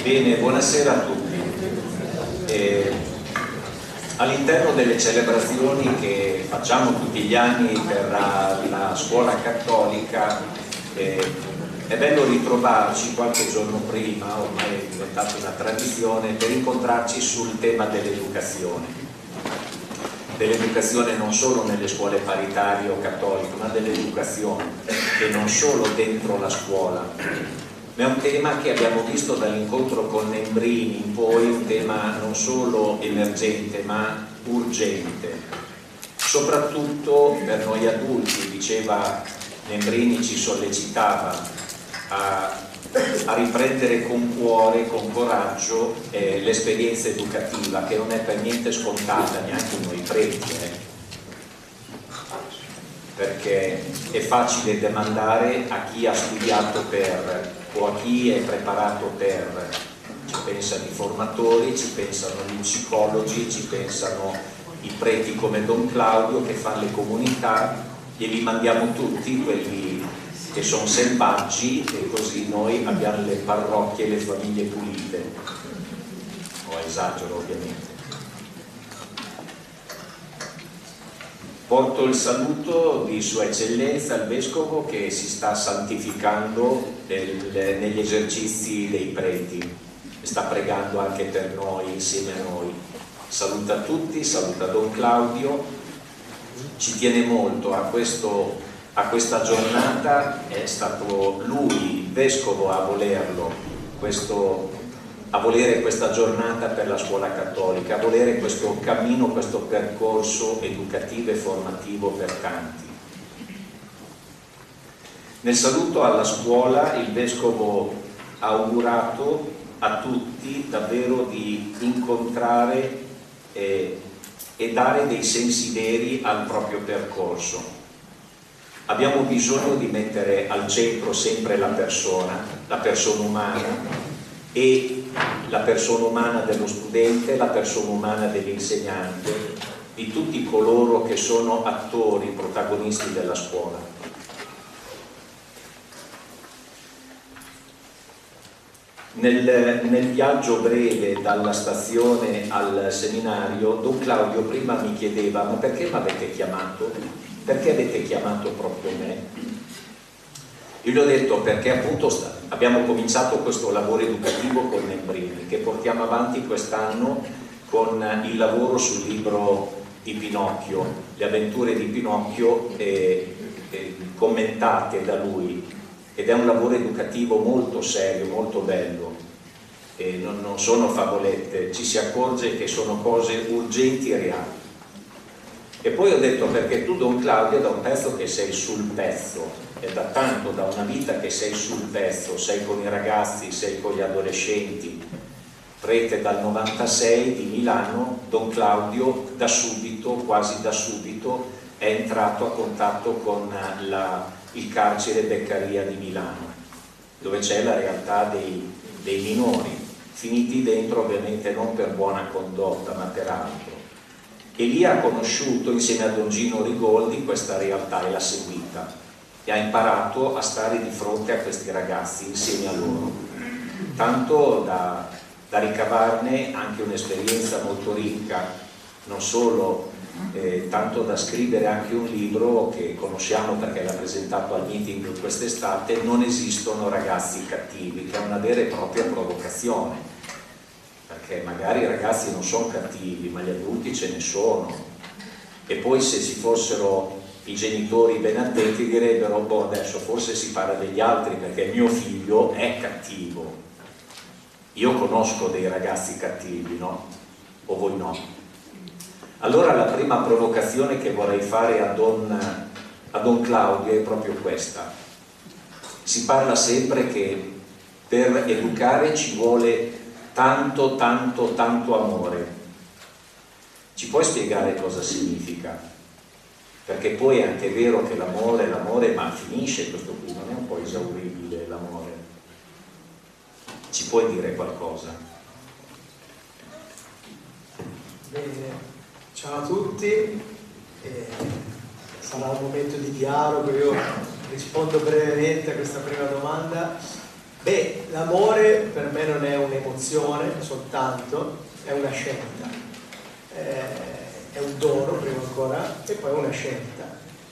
Bene, buonasera a tutti. All'interno delle celebrazioni che facciamo tutti gli anni per la scuola cattolica è bello ritrovarci qualche giorno prima, ormai è diventata una tradizione, per incontrarci sul tema dell'educazione non solo nelle scuole paritarie o cattoliche, ma dell'educazione che non solo dentro la scuola, ma è un tema che abbiamo visto dall'incontro con Nembrini in poi, un tema non solo emergente ma urgente, soprattutto per noi adulti. Diceva Nembrini, ci sollecitava a riprendere con cuore, con coraggio l'esperienza educativa, che non è per niente scontata neanche noi preti, perché è facile demandare a chi ha studiato per o a chi è preparato per. Ci pensano i formatori, ci pensano gli psicologi, ci pensano i preti come Don Claudio che fanno le comunità, e li mandiamo tutti quelli che sono selvaggi, e così noi abbiamo le parrocchie e le famiglie pulite. O esagero ovviamente. Porto il saluto di Sua Eccellenza il Vescovo che si sta santificando negli esercizi dei preti e sta pregando anche per noi, insieme a noi. Saluta tutti, saluta Don Claudio, ci tiene molto a questa giornata, è stato lui, il Vescovo, a volere questa giornata per la scuola cattolica, a volere questo cammino, questo percorso educativo e formativo per tanti. Nel saluto alla scuola il Vescovo ha augurato a tutti davvero di incontrare e dare dei sensi veri al proprio percorso. Abbiamo bisogno di mettere al centro sempre la persona umana, e la persona umana dello studente, la persona umana dell'insegnante, di tutti coloro che sono attori, protagonisti della scuola. Nel viaggio breve dalla stazione al seminario, Don Claudio prima mi chiedeva: ma perché mi avete chiamato? Perché avete chiamato proprio me? Io gli ho detto perché appunto abbiamo cominciato questo lavoro educativo con Nembrini, che portiamo avanti quest'anno con il lavoro sul libro di Pinocchio, le avventure di Pinocchio commentate da lui, ed è un lavoro educativo molto serio, molto bello, e non sono favolette, ci si accorge che sono cose urgenti e reali. E poi ho detto perché tu, Don Claudio, da un pezzo che sei sul pezzo, è da tanto, da una vita che sei sul pezzo, sei con i ragazzi, sei con gli adolescenti, prete dal 96 di Milano. Don Claudio da subito, quasi da subito, è entrato a contatto con il carcere Beccaria di Milano, dove c'è la realtà dei minori, finiti dentro ovviamente non per buona condotta ma per altro. E lì ha conosciuto, insieme a Don Gino Rigoldi, questa realtà e l'ha seguita, e ha imparato a stare di fronte a questi ragazzi insieme a loro, tanto da ricavarne anche un'esperienza molto ricca, non solo tanto da scrivere anche un libro che conosciamo perché l'ha presentato al meeting quest'estate, Non esistono ragazzi cattivi, che è una vera e propria provocazione, perché magari i ragazzi non sono cattivi, ma gli adulti ce ne sono, e poi se ci fossero i genitori ben attenti direbbero: boh, adesso forse si parla degli altri perché mio figlio è cattivo. Io conosco dei ragazzi cattivi, no? O voi no? Allora la prima provocazione che vorrei fare a Don Claudio è proprio questa. Si parla sempre che per educare ci vuole tanto amore. Ci puoi spiegare cosa significa? Perché poi è anche vero che l'amore, ma finisce questo qui, non è un po' esauribile l'amore. Ci puoi dire qualcosa? Bene, ciao a tutti, sarà un momento di dialogo, io rispondo brevemente a questa prima domanda. Beh, l'amore per me non è un'emozione soltanto, è una scelta, è un dono prima ancora e poi una scelta.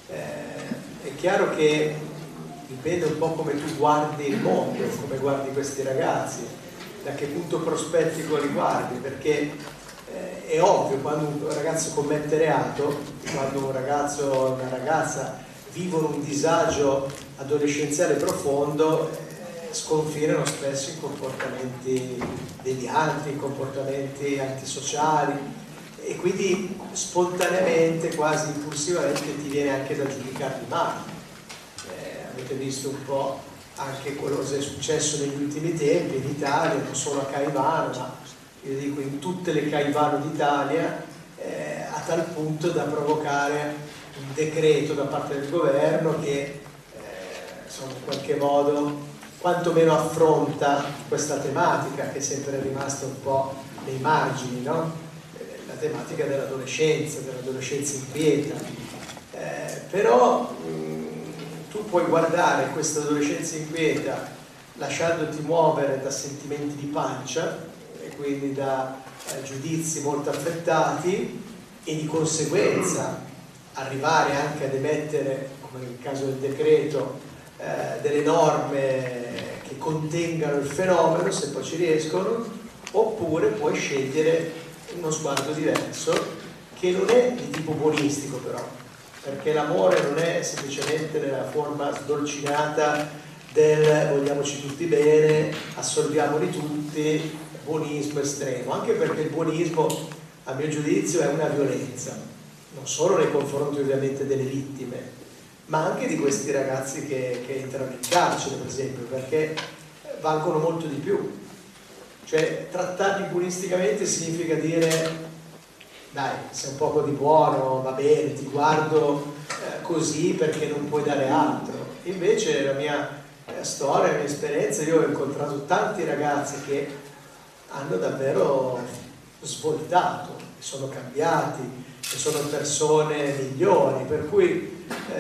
È chiaro che dipende un po' come tu guardi il mondo, come guardi questi ragazzi, da che punto prospettico li guardi, perché è ovvio, quando un ragazzo commette reato, quando un ragazzo o una ragazza vivono un disagio adolescenziale profondo, sconfinano spesso in comportamenti devianti, in comportamenti antisociali, e quindi spontaneamente, quasi impulsivamente, ti viene anche da giudicarli male. Avete visto un po' anche quello che è successo negli ultimi tempi in Italia, non solo a Caivano, ma io dico in tutte le Caivano d'Italia, a tal punto da provocare un decreto da parte del governo che insomma, in qualche modo quantomeno affronta questa tematica che è sempre rimasta un po' nei margini, no? La tematica dell'adolescenza inquieta. Però tu puoi guardare questa adolescenza inquieta lasciandoti muovere da sentimenti di pancia e quindi da giudizi molto affrettati, e di conseguenza arrivare anche ad emettere, come nel caso del decreto, delle norme che contengano il fenomeno, se poi ci riescono, oppure puoi scegliere uno sguardo diverso che non è di tipo buonistico, però, perché l'amore non è semplicemente nella forma sdolcinata del vogliamoci tutti bene, assolviamoli tutti, buonismo estremo, anche perché il buonismo, a mio giudizio, è una violenza, non solo nei confronti ovviamente delle vittime, ma anche di questi ragazzi che entrano in carcere, per esempio, perché valgono molto di più. Cioè, trattarli buonisticamente significa dire dai, sei un poco di buono, va bene, ti guardo così perché non puoi dare altro. Invece la mia storia, la mia esperienza, io ho incontrato tanti ragazzi che hanno davvero svoltato, sono cambiati, sono persone migliori, per cui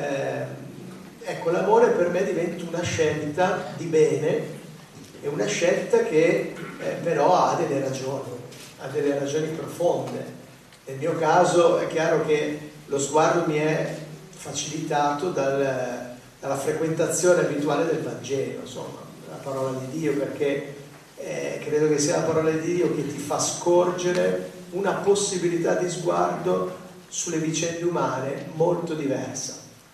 ecco, l'amore per me diventa una scelta di bene, è una scelta che però ha delle ragioni profonde. Nel mio caso è chiaro che lo sguardo mi è facilitato dalla frequentazione abituale del Vangelo, insomma, la parola di Dio, perché credo che sia la parola di Dio che ti fa scorgere una possibilità di sguardo sulle vicende umane molto diversa.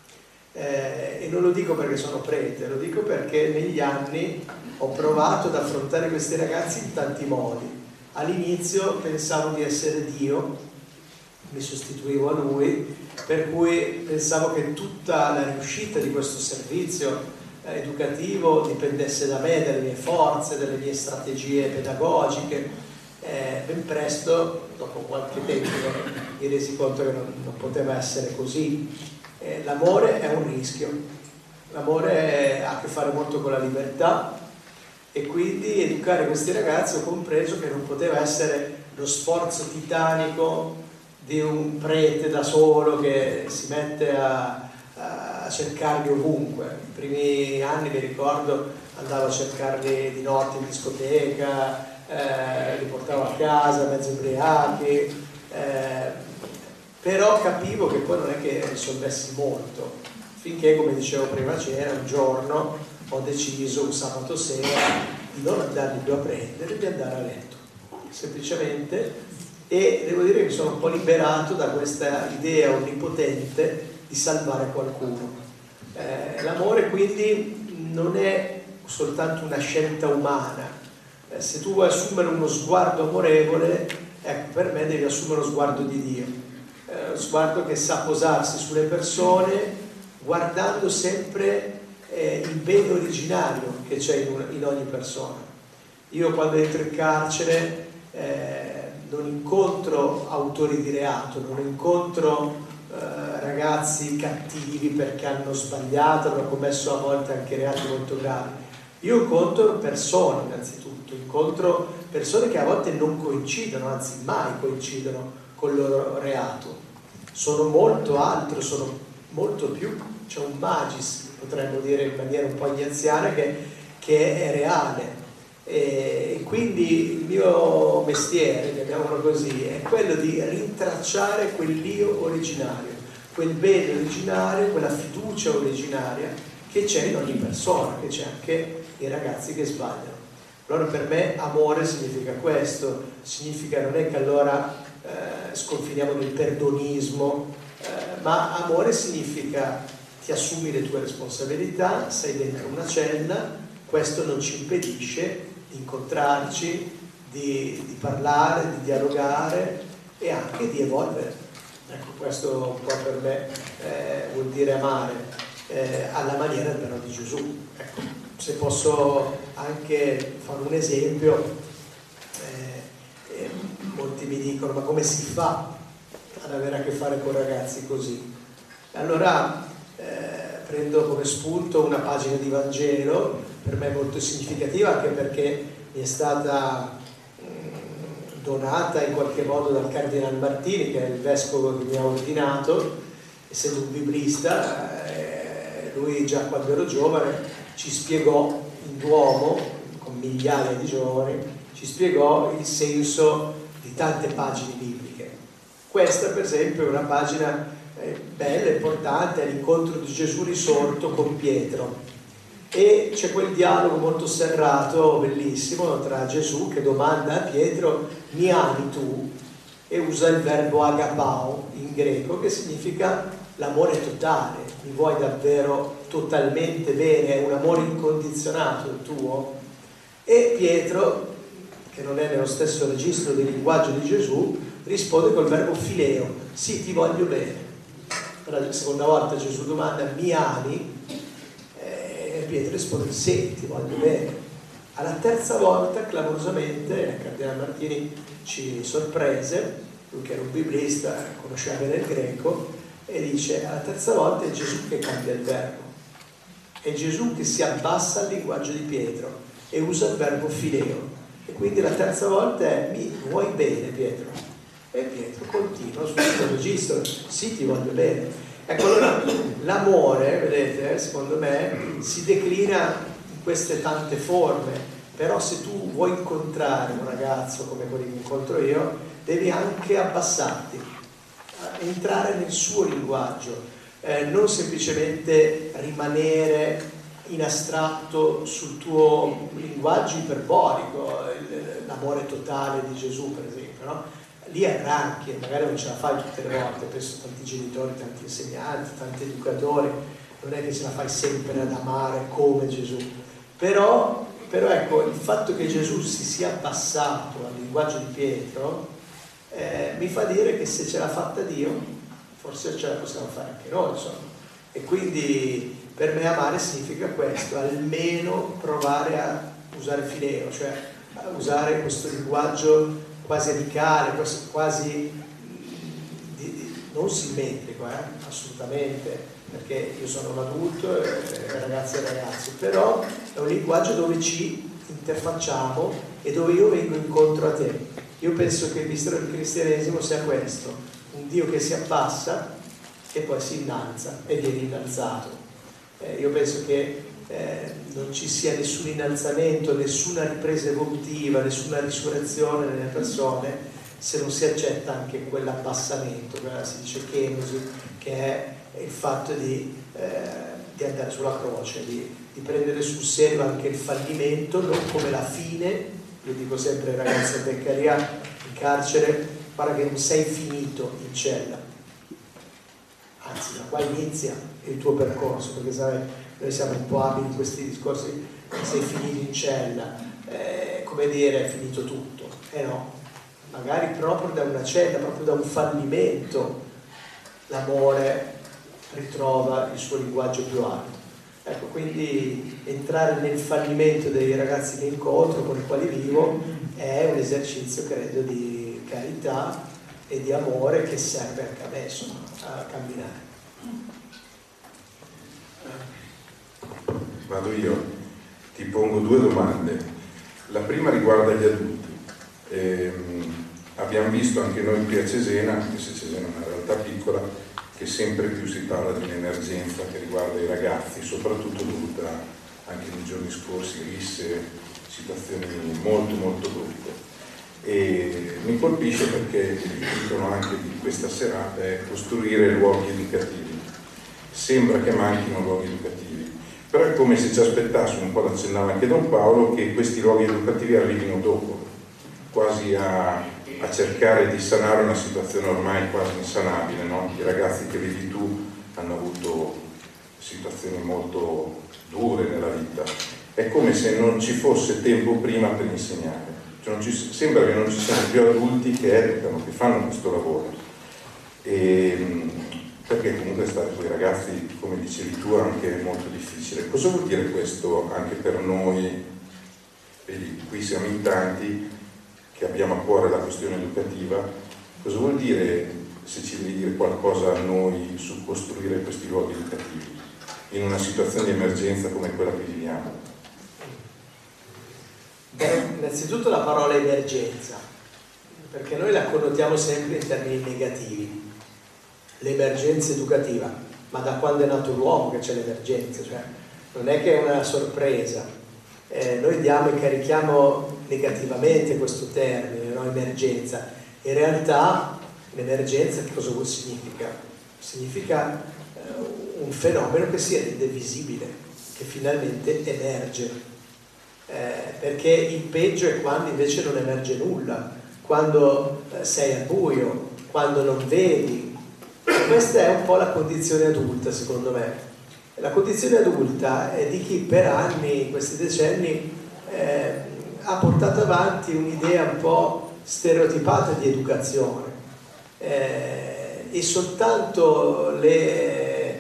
E non lo dico perché sono prete, lo dico perché negli anni ho provato ad affrontare questi ragazzi in tanti modi. All'inizio pensavo di essere Dio, mi sostituivo a lui, per cui pensavo che tutta la riuscita di questo servizio educativo dipendesse da me, dalle mie forze, dalle mie strategie pedagogiche. Ben presto, dopo qualche tempo, mi resi conto che non poteva essere così. L'amore è un rischio, l'amore ha a che fare molto con la libertà, e quindi educare questi ragazzi ho compreso che non poteva essere lo sforzo titanico di un prete da solo che si mette a cercarli ovunque. I primi anni, mi ricordo, andavo a cercarli di notte in discoteca, li portavo a casa mezzo ubriachi, però capivo che poi non è che risolvessi molto, finché, come dicevo prima, c'era un giorno ho deciso, un sabato sera, di non andarli più a prendere, di andare a letto semplicemente, e devo dire che mi sono un po' liberato da questa idea onnipotente di salvare qualcuno. L'amore quindi non è soltanto una scelta umana. Se tu vuoi assumere uno sguardo amorevole, ecco, per me devi assumere lo sguardo di Dio, lo sguardo che sa posarsi sulle persone guardando sempre il bene originario che c'è in ogni persona. Io quando entro in carcere non incontro autori di reato, non incontro ragazzi cattivi perché hanno sbagliato, hanno commesso a volte anche reati molto gravi. Io incontro persone, innanzitutto, incontro persone che a volte non coincidono, anzi mai coincidono con il loro reato. Sono molto altro, sono molto più, c'è un magis, potremmo dire in maniera un po' ignaziana, che che è reale. E quindi il mio mestiere, chiamiamolo così, è quello di rintracciare quell'io originario, quel bene originario, quella fiducia originaria che c'è in ogni persona, che c'è anche nei ragazzi che sbagliano. Allora per me amore significa questo, significa non è che allora sconfiniamo nel perdonismo, ma amore significa ti assumi le tue responsabilità, sei dentro una cella, questo non ci impedisce di incontrarci, di parlare, di dialogare e anche di evolvere. Ecco, questo un po' per me vuol dire amare alla maniera però di Gesù. Ecco, se posso anche fare un esempio, molti mi dicono ma come si fa ad avere a che fare con ragazzi così? Allora prendo come spunto una pagina di Vangelo, per me molto significativa anche perché mi è stata donata in qualche modo dal Cardinal Martini, che è il vescovo che mi ha ordinato, essendo un biblista. Lui già quando ero giovane ci spiegò in Duomo, con migliaia di giovani, ci spiegò il senso di tante pagine bibliche. Questa per esempio è una pagina bella, importante, è l'incontro di Gesù risorto con Pietro, e c'è quel dialogo molto serrato, bellissimo, tra Gesù che domanda a Pietro mi ami tu, e usa il verbo agapao in greco, che significa l'amore totale. Mi vuoi davvero totalmente bene, è un amore incondizionato il tuo? E Pietro, che non è nello stesso registro del linguaggio di Gesù, risponde col verbo fileo, sì, ti voglio bene. La seconda volta Gesù domanda mi ami? E Pietro risponde sì, ti voglio bene. Alla terza volta, clamorosamente, il Cardinal Martini ci sorprese, lui che era un biblista, conosceva bene il greco, e dice alla terza volta è Gesù che cambia il verbo, è Gesù che si abbassa al linguaggio di Pietro e usa il verbo fileo, e quindi la terza volta è mi vuoi bene Pietro? E Pietro continua sul suo registro, sì ti voglio bene. Ecco, allora l'amore, vedete, secondo me si declina in queste tante forme, però se tu vuoi incontrare un ragazzo come quello che incontro io, devi anche abbassarti, entrare nel suo linguaggio, non semplicemente rimanere in astratto sul tuo linguaggio iperbolico, l'amore totale di Gesù per esempio, no? Lì arranchi, magari non ce la fai tutte le volte, penso tanti genitori, tanti insegnanti, tanti educatori, non è che ce la fai sempre ad amare come Gesù, però ecco, il fatto che Gesù si sia abbassato al linguaggio di Pietro mi fa dire che se ce l'ha fatta Dio, forse ce la possiamo fare anche noi, insomma. E quindi per me amare significa questo, almeno provare a usare fileo, cioè a usare questo linguaggio quasi amicale, quasi non simmetrico, assolutamente, perché io sono un adulto e ragazzi e ragazzi, però è un linguaggio dove ci interfacciamo e dove io vengo incontro a te. Io penso che il mistero del cristianesimo sia questo, un Dio che si abbassa e poi si innalza e viene innalzato. Io penso che non ci sia nessun innalzamento, nessuna ripresa evolutiva, nessuna risurrezione nelle persone se non si accetta anche quell'abbassamento, si dice kenosi, che è il fatto di andare sulla croce, di prendere sul serio anche il fallimento, non come la fine. Io dico sempre ai ragazzi a Beccaria, in carcere, guarda che non sei finito in cella, anzi da qua inizia il tuo percorso, perché sai, noi siamo un po' abili in questi discorsi, sei finito in cella, come dire è finito tutto, no, magari proprio da una cella, proprio da un fallimento l'amore ritrova il suo linguaggio più alto. Ecco, quindi entrare nel fallimento dei ragazzi che incontro, con i quali vivo, è un esercizio, credo, di carità e di amore che serve anche a me, insomma, a camminare. Vado io, ti pongo due domande. La prima riguarda gli adulti. Abbiamo visto anche noi qui a Cesena, anche se Cesena è una realtà piccola, che sempre più si parla di un'emergenza che riguarda i ragazzi, soprattutto dovuta anche nei giorni scorsi, risse, situazioni molto molto brutte. E mi colpisce perché il titolo anche di questa serata è costruire luoghi educativi. Sembra che manchino luoghi educativi, però è come se ci aspettassimo, un po' l'accennava anche Don Paolo, che questi luoghi educativi arrivino dopo, quasi a cercare di sanare una situazione ormai quasi insanabile, no? I ragazzi che vedi tu hanno avuto situazioni molto dure nella vita, è come se non ci fosse tempo prima per insegnare, cioè sembra che non ci siano più adulti che educano, che fanno questo lavoro, perché comunque stare con i ragazzi, come dicevi tu, è anche molto difficile. Cosa vuol dire questo anche per noi? Vedi, qui siamo in tanti che abbiamo a cuore la questione educativa. Cosa vuol dire, se ci devi dire qualcosa a noi su costruire questi luoghi educativi in una situazione di emergenza come quella che viviamo? Innanzitutto la parola emergenza, perché noi la connotiamo sempre in termini negativi. L'emergenza educativa, ma da quando è nato l'uomo che c'è l'emergenza, cioè non è che è una sorpresa. Noi diamo e carichiamo negativamente questo termine, no? Emergenza. In realtà l'emergenza che cosa significa? Significa un fenomeno che si rende visibile, che finalmente emerge, perché il peggio è quando invece non emerge nulla, quando sei al buio, quando non vedi. Questa è un po' la condizione adulta, secondo me. La condizione adulta è di chi per anni, in questi decenni, ha portato avanti un'idea un po' stereotipata di educazione, e soltanto le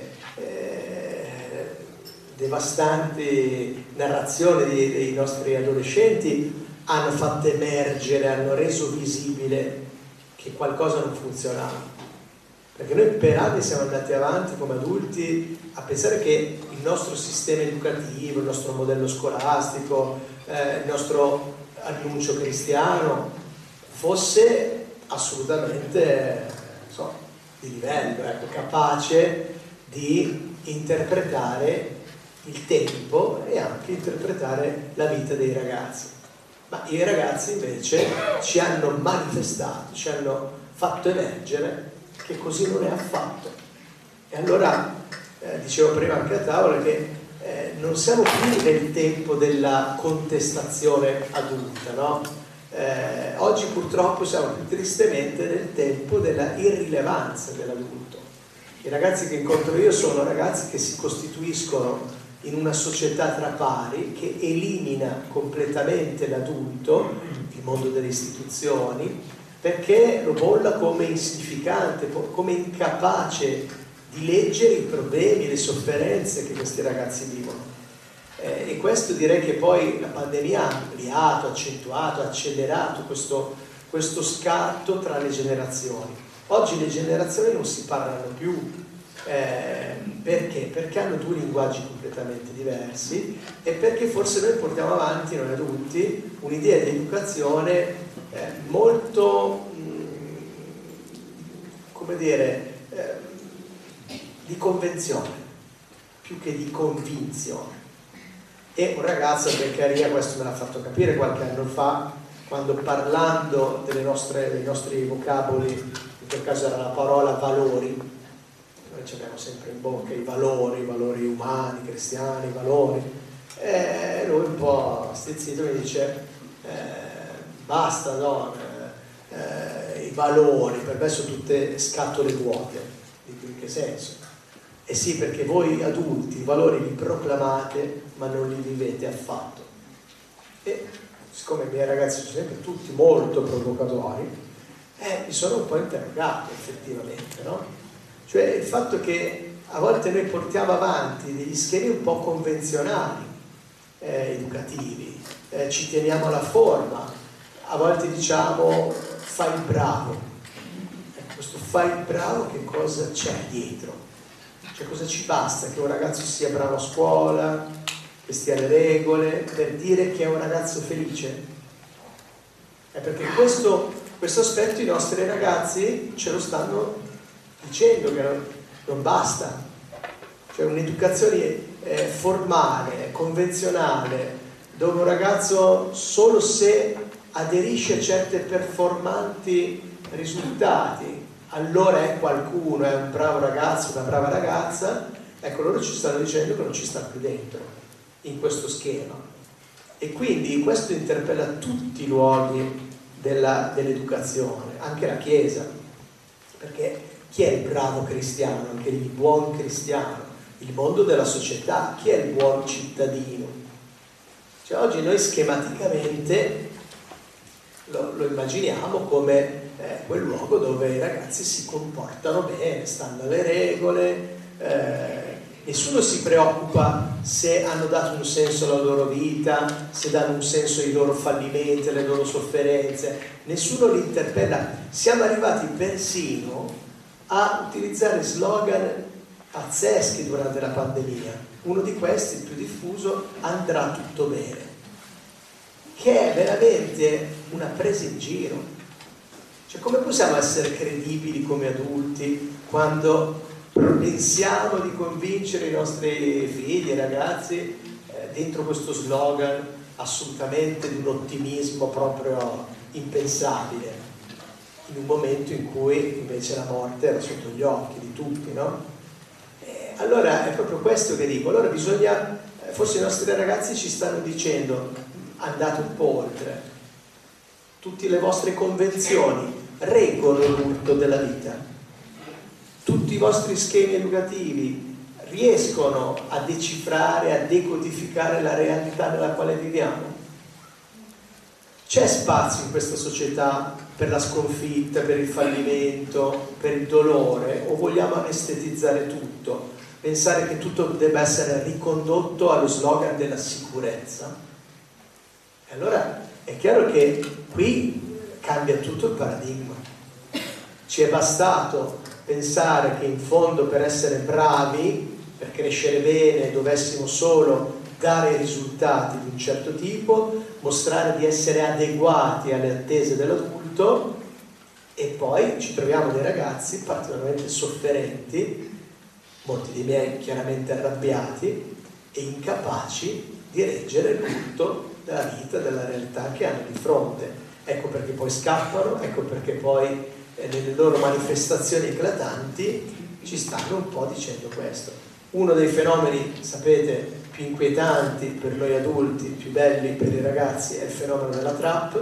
devastanti narrazioni dei nostri adolescenti hanno fatto emergere, hanno reso visibile che qualcosa non funzionava. Perché noi per anni siamo andati avanti come adulti a pensare che il nostro sistema educativo, il nostro modello scolastico, il nostro annuncio cristiano fosse assolutamente di livello, capace di interpretare il tempo e anche interpretare la vita dei ragazzi. Ma i ragazzi invece ci hanno manifestato, ci hanno fatto emergere che così non è affatto. E allora dicevo prima anche a tavola che non siamo più nel tempo della contestazione adulta, no? Oggi purtroppo siamo più tristemente nel tempo della irrilevanza dell'adulto. I ragazzi che incontro io sono ragazzi che si costituiscono in una società tra pari, che elimina completamente l'adulto, il mondo delle istituzioni, perché lo bolla come insignificante, come incapace di leggere i problemi, le sofferenze che questi ragazzi vivono. E questo direi che poi la pandemia ha ampliato, accentuato, accelerato questo scatto tra le generazioni. Oggi le generazioni non si parlano più. Perché? Perché hanno due linguaggi completamente diversi e perché forse noi portiamo avanti, noi adulti, un'idea di educazione molto, come dire, di convenzione più che di convinzione. E un ragazzo a Beccaria questo me l'ha fatto capire qualche anno fa, quando parlando dei nostri vocaboli, in quel caso era la parola valori, noi ci abbiamo sempre in bocca i valori umani, cristiani, i valori, e lui un po' stizzito mi dice basta, no, i valori per me sono tutte scatole vuote. Dico, in che senso? Eh sì, perché voi adulti i valori li proclamate ma non li vivete affatto. E siccome i miei ragazzi sono sempre tutti molto provocatori, mi sono un po' interrogato effettivamente, no? Cioè il fatto che a volte noi portiamo avanti degli schemi un po' convenzionali, educativi, ci teniamo alla forma, a volte diciamo fai il bravo. Questo fai il bravo che cosa c'è dietro? Cioè cosa ci basta? Che un ragazzo sia bravo a scuola, che stia alle regole, per dire che è un ragazzo felice? Perché questo aspetto i nostri ragazzi ce lo stanno dicendo, che non basta. cioè un'educazione formale, convenzionale, dove un ragazzo solo se aderisce a certe performanti risultati allora è qualcuno, è un bravo ragazzo, una brava ragazza. Ecco, loro ci stanno dicendo che non ci sta più dentro in questo schema, e quindi questo interpella tutti i luoghi dell'educazione, anche la Chiesa, perché chi è il bravo cristiano, anche il buon cristiano? Il mondo della società. Chi è il buon cittadino? Cioè, oggi noi schematicamente lo immaginiamo come quel luogo dove i ragazzi si comportano bene, stanno alle regole, nessuno si preoccupa se hanno dato un senso alla loro vita, se danno un senso ai loro fallimenti, alle loro sofferenze, nessuno li interpella. Siamo arrivati persino a utilizzare slogan pazzeschi durante la pandemia. Uno di questi, il più diffuso, andrà tutto bene, che è veramente una presa in giro. Cioè, come possiamo essere credibili come adulti quando pensiamo di convincere i nostri figli e ragazzi dentro questo slogan assolutamente di un ottimismo proprio impensabile, in un momento in cui invece la morte era sotto gli occhi di tutti, no? Allora è proprio questo che dico. Allora bisogna, forse i nostri ragazzi ci stanno dicendo: andate un po' oltre, tutte le vostre convenzioni reggono l'urto della vita, tutti i vostri schemi educativi riescono a decifrare, a decodificare la realtà nella quale viviamo? C'è spazio in questa società per la sconfitta, per il fallimento, per il dolore, o vogliamo anestetizzare tutto, pensare che tutto debba essere ricondotto allo slogan della sicurezza? E allora è chiaro che qui cambia tutto il paradigma. Ci è bastato pensare che in fondo per essere bravi, per crescere bene, dovessimo solo dare risultati di un certo tipo, mostrare di essere adeguati alle attese dell'adulto, e poi ci troviamo dei ragazzi particolarmente sofferenti, molti di miei chiaramente arrabbiati e incapaci di reggere il culto della vita, della realtà che hanno di fronte. Ecco perché poi scappano, ecco perché poi nelle loro manifestazioni eclatanti ci stanno un po' dicendo questo. Uno dei fenomeni, sapete, più inquietanti per noi adulti, più belli per i ragazzi, è il fenomeno della trap,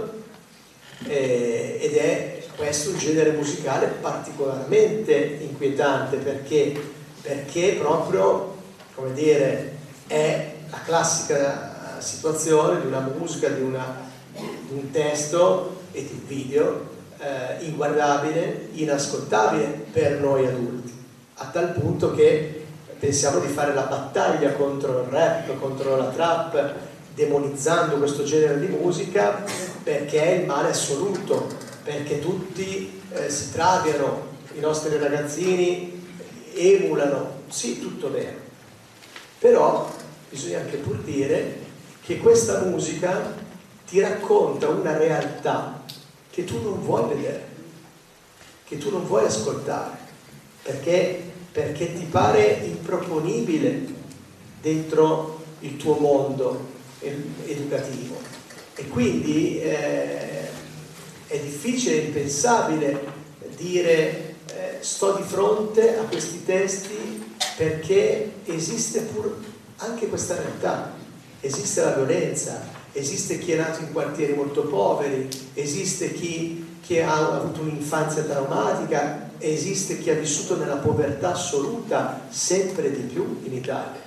ed è questo un genere musicale particolarmente inquietante, perché proprio, come dire, è la classica situazione di una musica, di un testo e di un video inguardabile, inascoltabile per noi adulti, a tal punto che pensiamo di fare la battaglia contro il rap, contro la trap, demonizzando questo genere di musica, perché è il male assoluto, perché tutti si traviano, i nostri ragazzini emulano, sì, tutto vero, però bisogna anche pur dire che questa musica ti racconta una realtà che tu non vuoi vedere, che tu non vuoi ascoltare, perché ti pare improponibile dentro il tuo mondo educativo, e quindi è difficile, impensabile dire sto di fronte a questi testi, perché esiste pur anche questa realtà, esiste la violenza, esiste chi è nato in quartieri molto poveri, esiste chi ha avuto un'infanzia traumatica, esiste chi ha vissuto nella povertà assoluta sempre di più in Italia,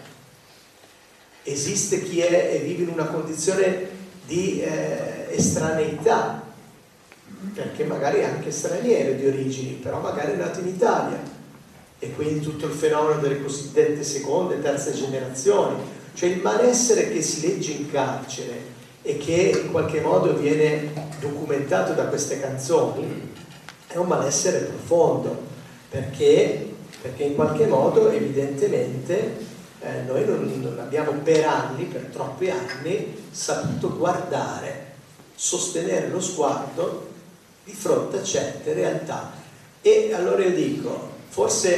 esiste chi è e vive in una condizione di estraneità, perché magari è anche straniero di origini, però magari è nato in Italia, e quindi tutto il fenomeno delle cosiddette seconde, terze generazioni, cioè il malessere che si legge in carcere e che in qualche modo viene documentato da queste canzoni è un malessere profondo, perché in qualche modo evidentemente noi non abbiamo per anni, per troppi anni, saputo guardare, sostenere lo sguardo di fronte a certe realtà. E allora io dico, forse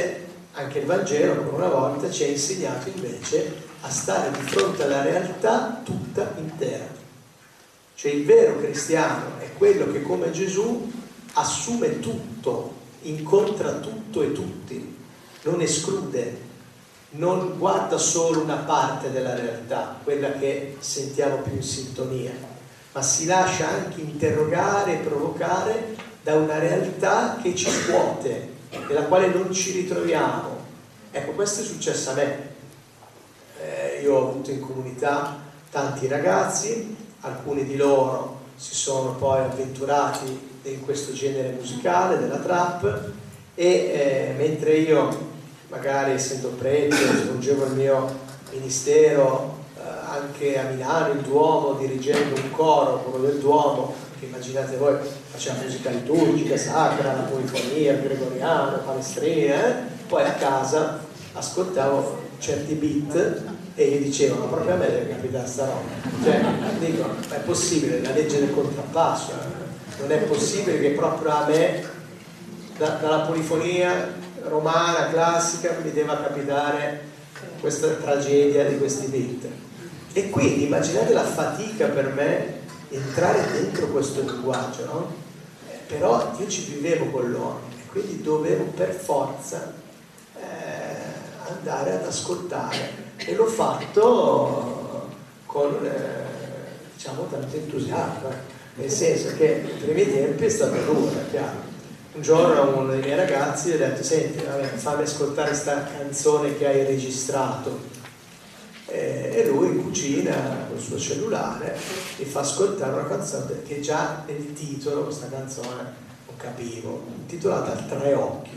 anche il Vangelo, ancora una volta, ci ha insegnato invece a stare di fronte alla realtà tutta intera. Cioè il vero cristiano è quello che, come Gesù, assume tutto, incontra tutto e tutti, non esclude, non guarda solo una parte della realtà, quella che sentiamo più in sintonia, ma si lascia anche interrogare e provocare da una realtà che ci scuote, nella quale non ci ritroviamo. Ecco, questo è successo a me. Io ho avuto in comunità tanti ragazzi, alcuni di loro si sono poi avventurati in questo genere musicale della trap e mentre io, magari essendo prete, svolgevo il mio ministero anche a Milano, il Duomo, dirigendo un coro, quello del Duomo, che immaginate voi faceva musica liturgica, sacra, la polifonia, il gregoriano, palestrina, poi a casa ascoltavo certi beat e gli dicevo, ma proprio a me deve capitare sta roba. Cioè, dico, è possibile, la legge del contrappasso, non è possibile che proprio a me, dalla polifonia romana, classica, mi deva capitare questa tragedia di questi beat. E quindi immaginate la fatica per me entrare dentro questo linguaggio, no? Però io ci vivevo con loro e quindi dovevo per forza andare ad ascoltare e l'ho fatto con diciamo tanto entusiasmo, nel senso che nei primi tempi è stato duro, è chiaro. Un giorno uno dei miei ragazzi gli ha detto, senti, fammi ascoltare questa canzone che hai registrato, e lui in cucina col suo cellulare mi fa ascoltare una canzone che già nel titolo, questa canzone non capivo, intitolata Tre occhi.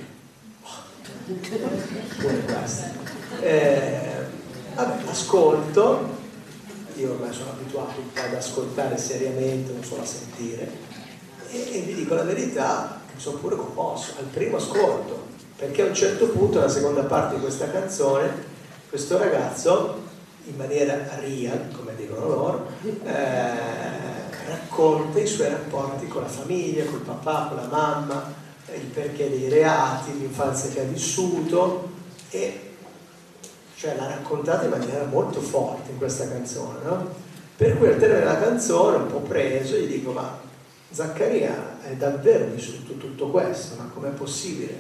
Pure questa. Vabbè, ascolto, io ormai sono abituato un po' ad ascoltare seriamente, non solo a sentire, e vi dico la verità, mi sono pure commosso al primo ascolto, perché a un certo punto, nella seconda parte di questa canzone, questo ragazzo, in maniera real, come dicono loro, racconta i suoi rapporti con la famiglia, col papà, con la mamma, il perché dei reati, l'infanzia che ha vissuto, e cioè l'ha raccontata in maniera molto forte in questa canzone, no? Per cui al termine della canzone, un po' preso, gli dico, ma Zaccaria è davvero vissuto tutto questo, ma com'è possibile?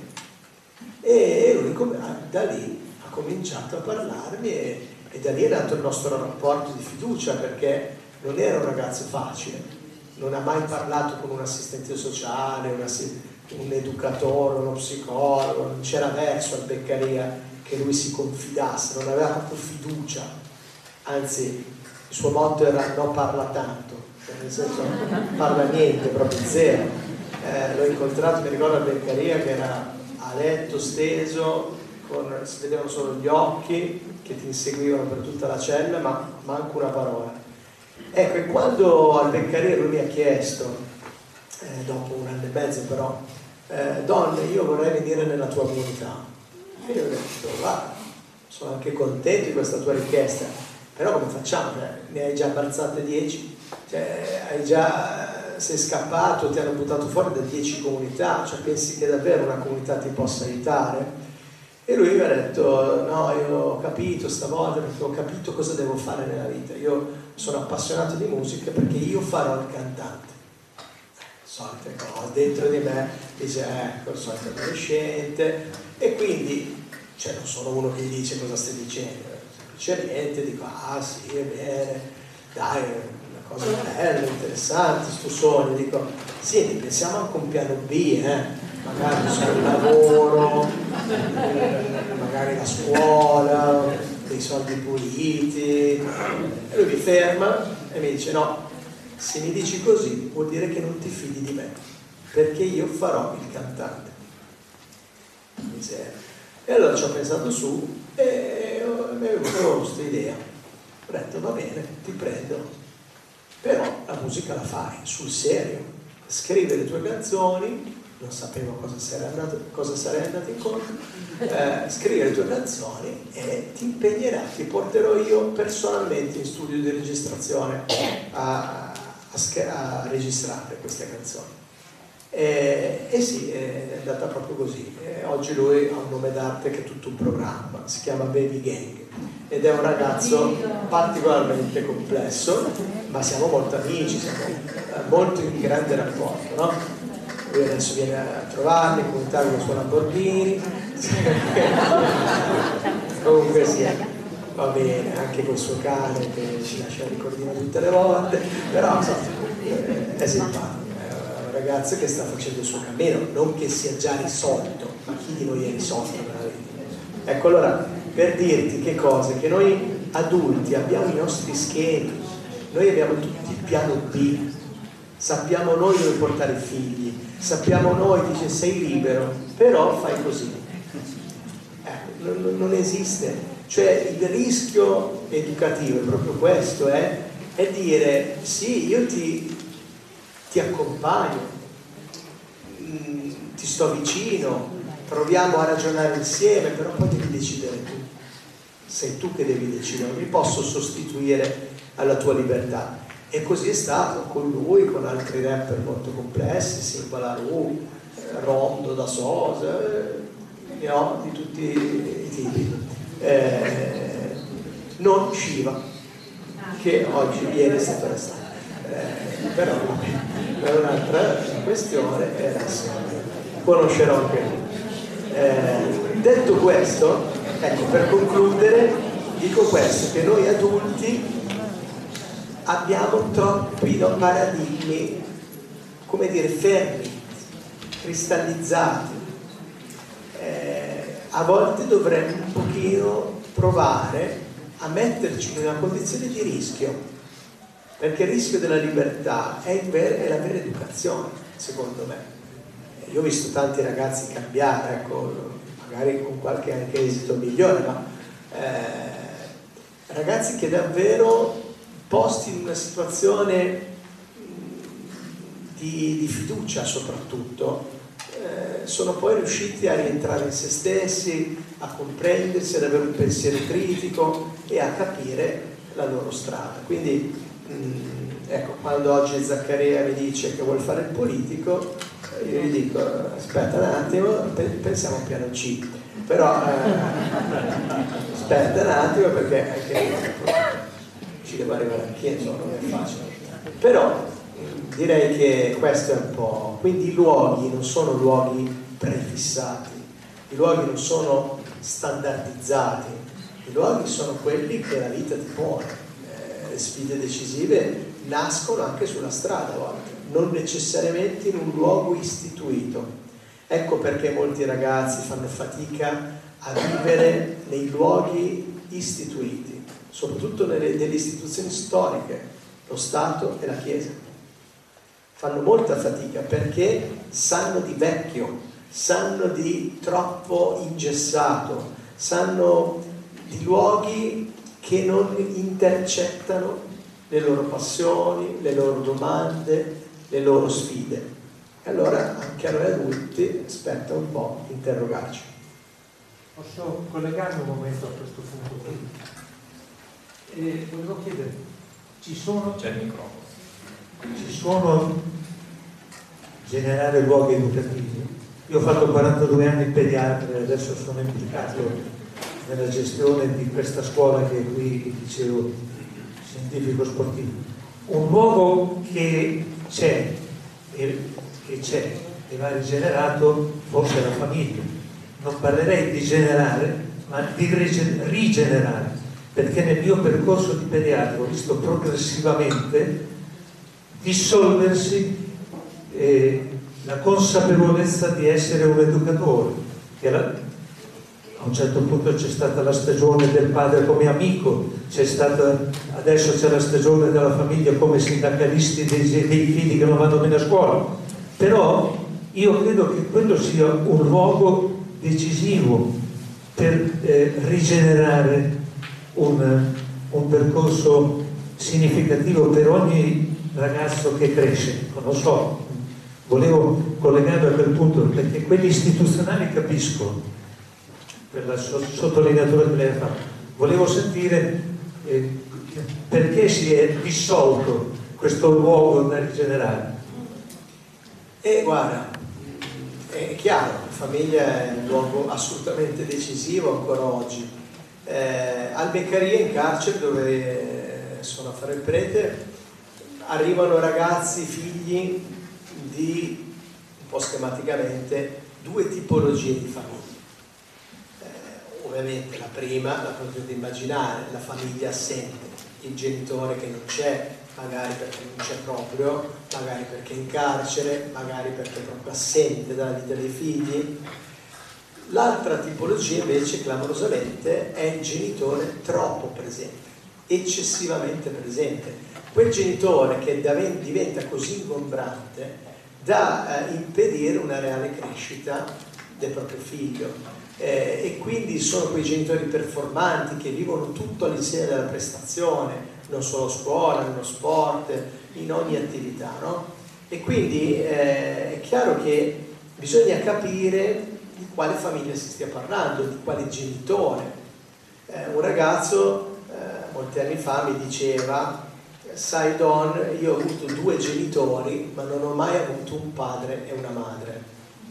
E lui da lì ha cominciato a parlarmi e da lì è nato il nostro rapporto di fiducia, perché non era un ragazzo facile, non ha mai parlato con un assistente sociale, un educatore, uno psicologo, non c'era verso al Beccaria che lui si confidasse, non aveva proprio fiducia, anzi il suo motto era no parla tanto, cioè nel senso parla niente, proprio zero. L'ho incontrato, mi ricordo, a Beccaria che era a letto steso, si vedevano solo gli occhi che ti inseguivano per tutta la cella, ma manco una parola. Ecco, e quando al Beccaria lui mi ha chiesto, dopo 1 anno e mezzo però, Don, io vorrei venire nella tua comunità, e io ho detto, guarda, sono anche contento di questa tua richiesta, però come facciamo? Ne hai già balzate 10? Cioè, sei scappato, ti hanno buttato fuori da 10 comunità, cioè pensi che davvero una comunità ti possa aiutare? E lui mi ha detto, no, io ho capito stavolta, perché ho capito cosa devo fare nella vita, io sono appassionato di musica perché io farò il cantante. Solite cose, dentro di me dice, ecco, il solito adolescente, e quindi, cioè non sono uno che gli dice cosa stai dicendo, semplicemente dico, ah sì, è bene, dai, è una cosa bella, interessante, sto sogno, dico, senti, pensiamo anche a un piano B, magari il lavoro, magari la scuola, dei soldi puliti. E lui mi ferma e mi dice, no, se mi dici così vuol dire che non ti fidi di me, perché io farò il cantante. E allora ci ho pensato su e mi è venuta questa idea. Ho detto, va bene, ti prendo, però la musica la fai sul serio, scrivi le tue canzoni. Non sapevo cosa sarei andato incontro, scrivi le tue canzoni e ti impegnerai, ti porterò io personalmente in studio di registrazione a registrare queste canzoni. E sì, è andata proprio così. Oggi lui ha un nome d'arte che è tutto un programma, si chiama Baby Gang, ed è un ragazzo particolarmente complesso, ma siamo molto amici, siamo molto in grande rapporto, no? Lui adesso viene a trovarmi, in comunità con i suoi Lamborghini, comunque sì, va bene, anche col suo cane che ci lascia il ricordino tutte le volte, però insomma, è simpatico. Ragazzo che sta facendo il suo cammino, non che sia già risolto, ma chi di noi è risolto nella vita? Ecco, allora, per dirti che cose, che noi adulti abbiamo i nostri schemi, noi abbiamo tutti il piano B, sappiamo noi dove portare i figli, sappiamo noi, dice sei libero, però fai così. Non esiste, cioè il rischio educativo è proprio questo, è dire sì, io ti accompagno, ti sto vicino, proviamo a ragionare insieme, però poi devi decidere tu, sei tu che devi decidere, non mi posso sostituire alla tua libertà. E così è stato con lui, con altri rapper molto complessi, Simba La Ru, Rondo da Sosa, no, di tutti i tipi, non Shiva, che oggi ieri è stato arrestato. Però per un'altra questione conoscerò anche lui. Detto questo, ecco, per concludere dico questo, che noi adulti abbiamo troppi paradigmi, come dire, fermi, cristallizzati. A volte dovremmo un pochino provare a metterci in una condizione di rischio, perché il rischio della libertà è la vera educazione, secondo me. Io ho visto tanti ragazzi cambiare, ecco, magari con qualche anche esito migliore, ma ragazzi che davvero posti in una situazione di fiducia soprattutto, sono poi riusciti a rientrare in se stessi, a comprendersi, ad avere un pensiero critico e a capire la loro strada. Quindi ecco, quando oggi Zaccaria mi dice che vuole fare il politico, io gli dico aspetta un attimo, pensiamo a un piano C, però aspetta un attimo, perché anche ci devo arrivare anche io, insomma, non è facile, però direi che questo è un po'. Quindi i luoghi non sono luoghi prefissati, i luoghi non sono standardizzati, i luoghi sono quelli che la vita ti pone. Le sfide decisive nascono anche sulla strada a volte, non necessariamente in un luogo istituito. Ecco perché molti ragazzi fanno fatica a vivere nei luoghi istituiti, soprattutto nelle istituzioni storiche, lo Stato e la Chiesa. Fanno molta fatica perché sanno di vecchio, sanno di troppo ingessato, sanno di luoghi che non intercettano le loro passioni, le loro domande, le loro sfide. E allora anche a noi adulti spetta un po' interrogarci. Posso collegarmi un momento a questo punto qui? E volevo chiedere, c'è il microfono. Ci sono generare luoghi educativi? Io ho fatto 42 anni pediatra e adesso sono implicato nella gestione di questa scuola che qui dicevo, scientifico sportivo. Un luogo che c'è e va rigenerato forse è la famiglia. Non parlerei di generare, ma di rigenerare, perché nel mio percorso di pediatra ho visto progressivamente dissolversi la consapevolezza di essere un educatore, che a un certo punto c'è stata la stagione del padre come amico, adesso c'è la stagione della famiglia come sindacalisti dei figli che non vanno bene a scuola, però io credo che quello sia un luogo decisivo per rigenerare un percorso significativo per ogni ragazzo che cresce. Non lo so, volevo collegarmi a quel punto perché quelli istituzionali capisco per la sottolineatura che lei ha fatto. Volevo sentire perché si è dissolto questo luogo da rigenerare. E guarda, è chiaro, la famiglia è un luogo assolutamente decisivo ancora oggi. Al Beccaria, in carcere, dove sono a fare il prete, arrivano ragazzi, figli di, un po' schematicamente, due tipologie di famiglie. Ovviamente la prima la potete immaginare, la famiglia assente, il genitore che non c'è, magari perché non c'è proprio, magari perché è in carcere, magari perché è proprio assente dalla vita dei figli. L'altra tipologia invece, clamorosamente, è il genitore troppo presente, eccessivamente presente. Quel genitore che diventa così ingombrante da impedire una reale crescita del proprio figlio. E quindi sono quei genitori performanti che vivono tutto all'insieme della prestazione, non solo a scuola, nello sport, in ogni attività, no? E quindi è chiaro che bisogna capire di quale famiglia si stia parlando, di quale genitore. Un ragazzo molti anni fa mi diceva: sai Don, io ho avuto due genitori ma non ho mai avuto un padre e una madre.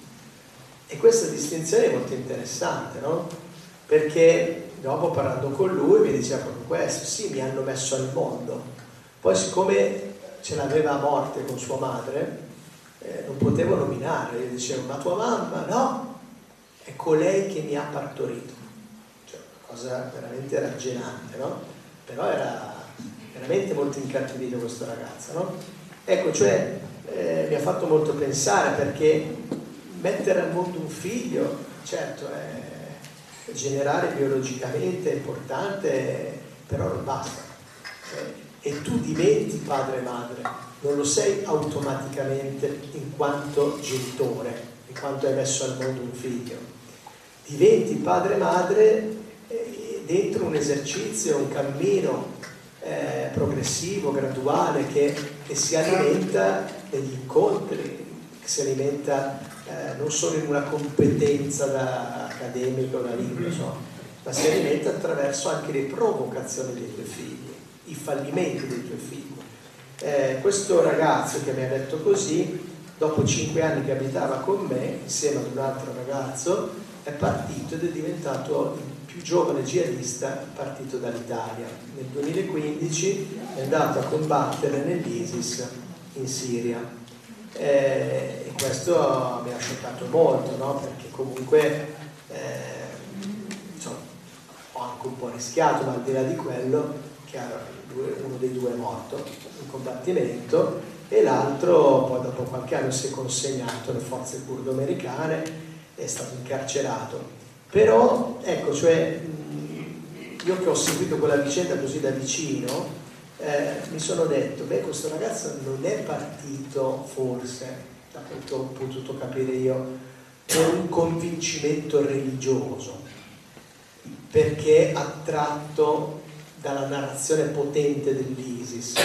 E questa distinzione è molto interessante, no? Perché dopo, parlando con lui, mi diceva proprio questo: sì, mi hanno messo al mondo, poi siccome ce l'aveva a morte con sua madre, non potevo nominarla. Io dicevo: ma tua mamma? No, è colei che mi ha partorito. Cioè, una cosa veramente raggenante, no? Però era veramente molto incattivito questo ragazzo, no? Ecco, cioè mi ha fatto molto pensare, perché mettere al mondo un figlio, certo, è generare biologicamente è importante, però non basta. E tu diventi padre e madre, non lo sei automaticamente in quanto genitore, in quanto hai messo al mondo un figlio. Diventi padre e madre dentro un esercizio, un cammino progressivo, graduale, che si alimenta negli incontri, che si alimenta non solo in una competenza da accademico, da lingua, ma si alimenta attraverso anche le provocazioni dei tuoi figli, i fallimenti dei tuoi figli. Questo ragazzo che mi ha detto così, dopo 5 anni che abitava con me, insieme ad un altro ragazzo, è partito ed è diventato il più giovane jihadista partito dall'Italia. Nel 2015 è andato a combattere nell'ISIS in Siria. E questo mi ha scioccato molto, no? Perché comunque insomma, ho anche un po' rischiato, ma al di là di quello, che uno dei due è morto in combattimento e l'altro poi dopo qualche anno si è consegnato alle forze curdo-americane, è stato incarcerato. Però ecco, cioè, io che ho seguito quella vicenda così da vicino, mi sono detto: beh, questo ragazzo non è partito, forse, da quanto ho potuto capire io, per un convincimento religioso, perché attratto dalla narrazione potente dell'ISIS.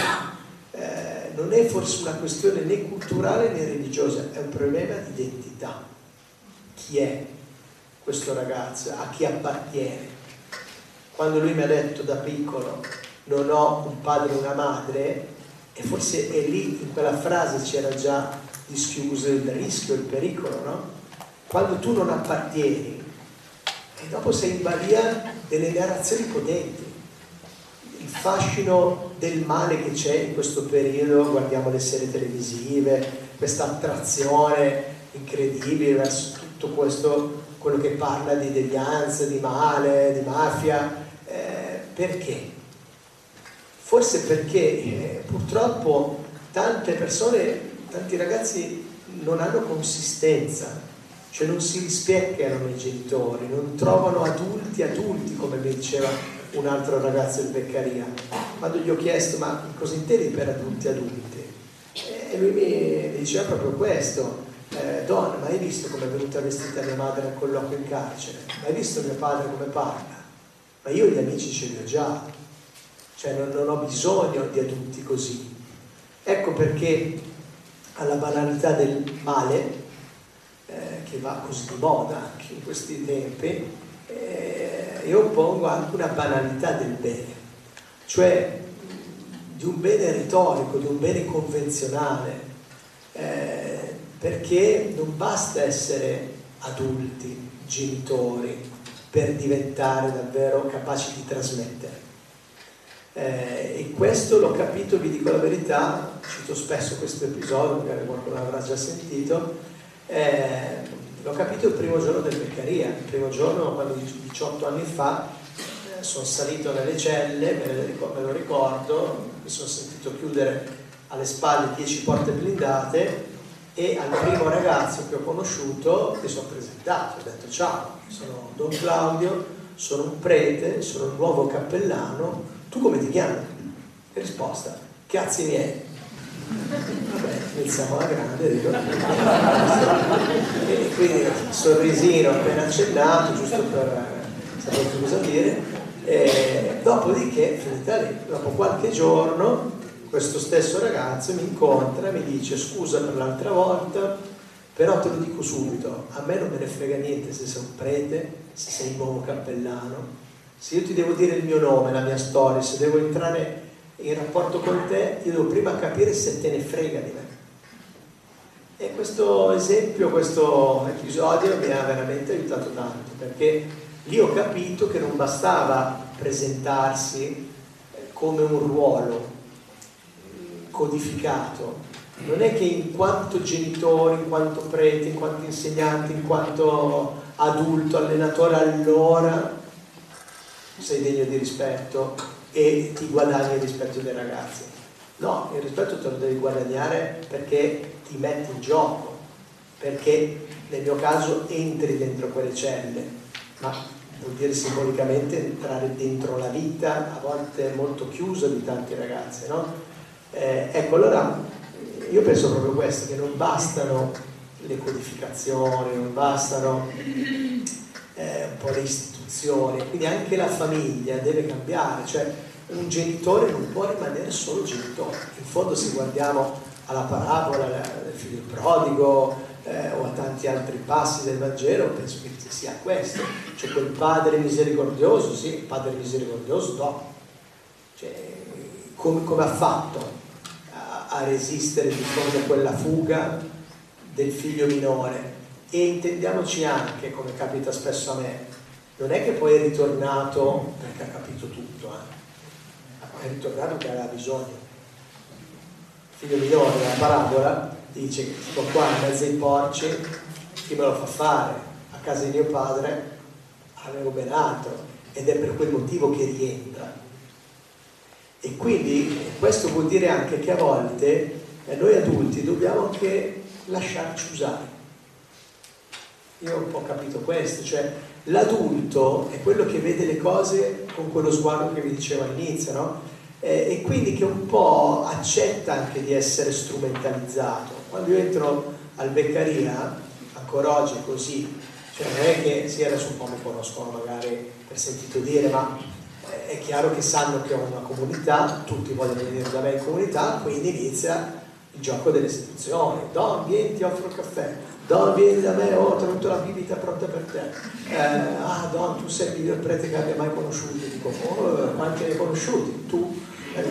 Non è forse una questione né culturale né religiosa, è un problema di identità. Chi è questo ragazzo? A chi appartiene? Quando lui mi ha detto da piccolo: non ho un padre e una madre, e forse è lì, in quella frase c'era già dischiuso il rischio, il pericolo, no? Quando tu non appartieni e dopo sei in balia delle narrazioni potenti, il fascino del male che c'è in questo periodo, guardiamo le serie televisive, questa attrazione incredibile verso tutto questo, quello che parla di devianza, di male, di mafia, perché? Forse perché purtroppo tante persone, tanti ragazzi non hanno consistenza, cioè non si rispecchiano nei genitori, non trovano adulti, come mi diceva un altro ragazzo del Beccaria. Quando gli ho chiesto: ma cosa intendi per adulti? E lui mi diceva proprio questo: Don, ma hai visto come è venuta vestita mia madre al colloquio in carcere? Ma hai visto mio padre come parla? Ma io gli amici ce li ho già. Cioè non ho bisogno di adulti così. Ecco perché alla banalità del male, che va così di moda anche in questi tempi, io pongo anche una banalità del bene, cioè di un bene retorico, di un bene convenzionale, perché non basta essere adulti, genitori, per diventare davvero capaci di trasmettere. E questo l'ho capito, vi dico la verità, cito spesso questo episodio, magari qualcuno l'avrà già sentito, l'ho capito il primo giorno del Beccaria, il primo giorno quando 18 anni fa sono salito nelle celle, me lo ricordo, mi sono sentito chiudere alle spalle 10 porte blindate e al primo ragazzo che ho conosciuto mi sono presentato, ho detto ciao, sono Don Claudio, sono un prete, sono un nuovo cappellano, tu come ti chiami? E risposta, cazzi miei. Vabbè, iniziamo alla grande, dico. E quindi sorrisino appena accennato, giusto per sapere cosa dire. Dopodiché, finita lì, dopo qualche giorno, questo stesso ragazzo mi incontra e mi dice scusa per l'altra volta, però te lo dico subito, a me non me ne frega niente se sei un prete, se sei un nuovo cappellano, se io ti devo dire il mio nome, la mia storia, se devo entrare in rapporto con te, io devo prima capire se te ne frega di me. E questo esempio, questo episodio mi ha veramente aiutato tanto, perché lì ho capito che non bastava presentarsi come un ruolo codificato. Non è che in quanto genitore, in quanto prete, in quanto insegnante, in quanto adulto, allenatore, allora sei degno di rispetto e ti guadagni il rispetto dei ragazzi. No, il rispetto te lo devi guadagnare perché ti metti in gioco, perché nel mio caso entri dentro quelle celle, ma vuol dire simbolicamente entrare dentro la vita, a volte molto chiusa, di tanti ragazzi, no? Ecco, allora io penso proprio questo, che non bastano le codificazioni, non bastano un po' le istituzioni, quindi anche la famiglia deve cambiare, cioè un genitore non può rimanere solo genitore. In fondo, se guardiamo alla parabola del figlio prodigo o a tanti altri passi del Vangelo, penso che sia questo, cioè quel padre misericordioso, sì, il padre misericordioso dopo, cioè, come ha fatto a resistere di fronte a quella fuga del figlio minore? E intendiamoci anche, come capita spesso a me, non è che poi è ritornato perché ha capito tutto, è ritornato perché aveva bisogno. Il figlio minore della parabola dice che sto qua in mezzo ai porci, chi me lo fa fare? A casa di mio padre avevo ben altro, ed è per quel motivo che rientra. E quindi questo vuol dire anche che a volte noi adulti dobbiamo anche lasciarci usare. Io ho un po' capito questo, cioè l'adulto è quello che vede le cose con quello sguardo che vi dicevo all'inizio, no? E quindi che un po' accetta anche di essere strumentalizzato. Quando io entro al Beccaria, ancora oggi è così, cioè non è che sì, adesso un po' mi conoscono magari per sentito dire, ma è chiaro che sanno che ho una comunità, tutti vogliono venire da me in comunità, quindi inizia il gioco delle istituzioni. Don, vieni, ti offro il caffè. Don, vieni da me, ho tenuto la bibita pronta per te. Don, tu sei il miglior prete che abbia mai conosciuto. Dico, quanti ne hai conosciuti? Tu?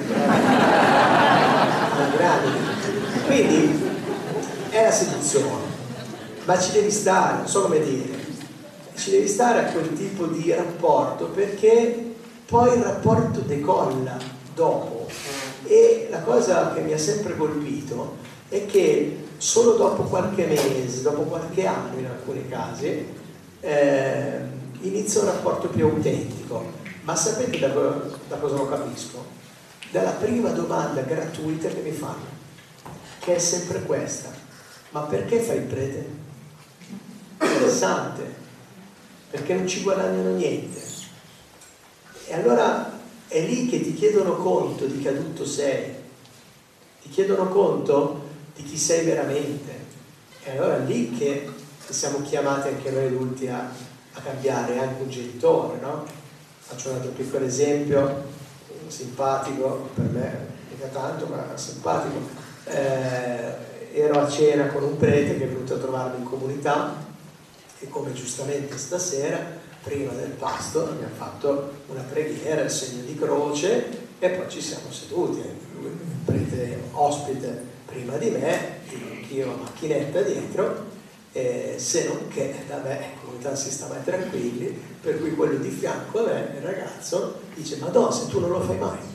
Quindi è la seduzione, ma ci devi stare, non so come dire, ci devi stare a quel tipo di rapporto, perché poi il rapporto decolla dopo. E la cosa che mi ha sempre colpito è che solo dopo qualche mese, dopo qualche anno in alcuni casi, inizia un rapporto più autentico. Ma sapete da cosa lo capisco? Dalla prima domanda gratuita che mi fanno, che è sempre questa: ma perché fai il prete? Interessante, perché non ci guadagnano niente. E allora è lì che ti chiedono conto di che adulto sei, ti chiedono conto di chi sei veramente. E allora è lì che siamo chiamati anche noi adulti a cambiare, anche un genitore, no? Faccio un altro piccolo esempio, simpatico per me, mica tanto, ma simpatico. Ero a cena con un prete che è venuto a trovarmi in comunità e, come giustamente stasera, prima del pasto abbiamo fatto una preghiera, il segno di croce, e poi ci siamo seduti. Lui, il prete ospite prima di me, io a macchinetta dietro, se non che, vabbè, comunità si sta mai tranquilli, per cui quello di fianco a me, il ragazzo, dice: Madonna, se tu non lo fai mai.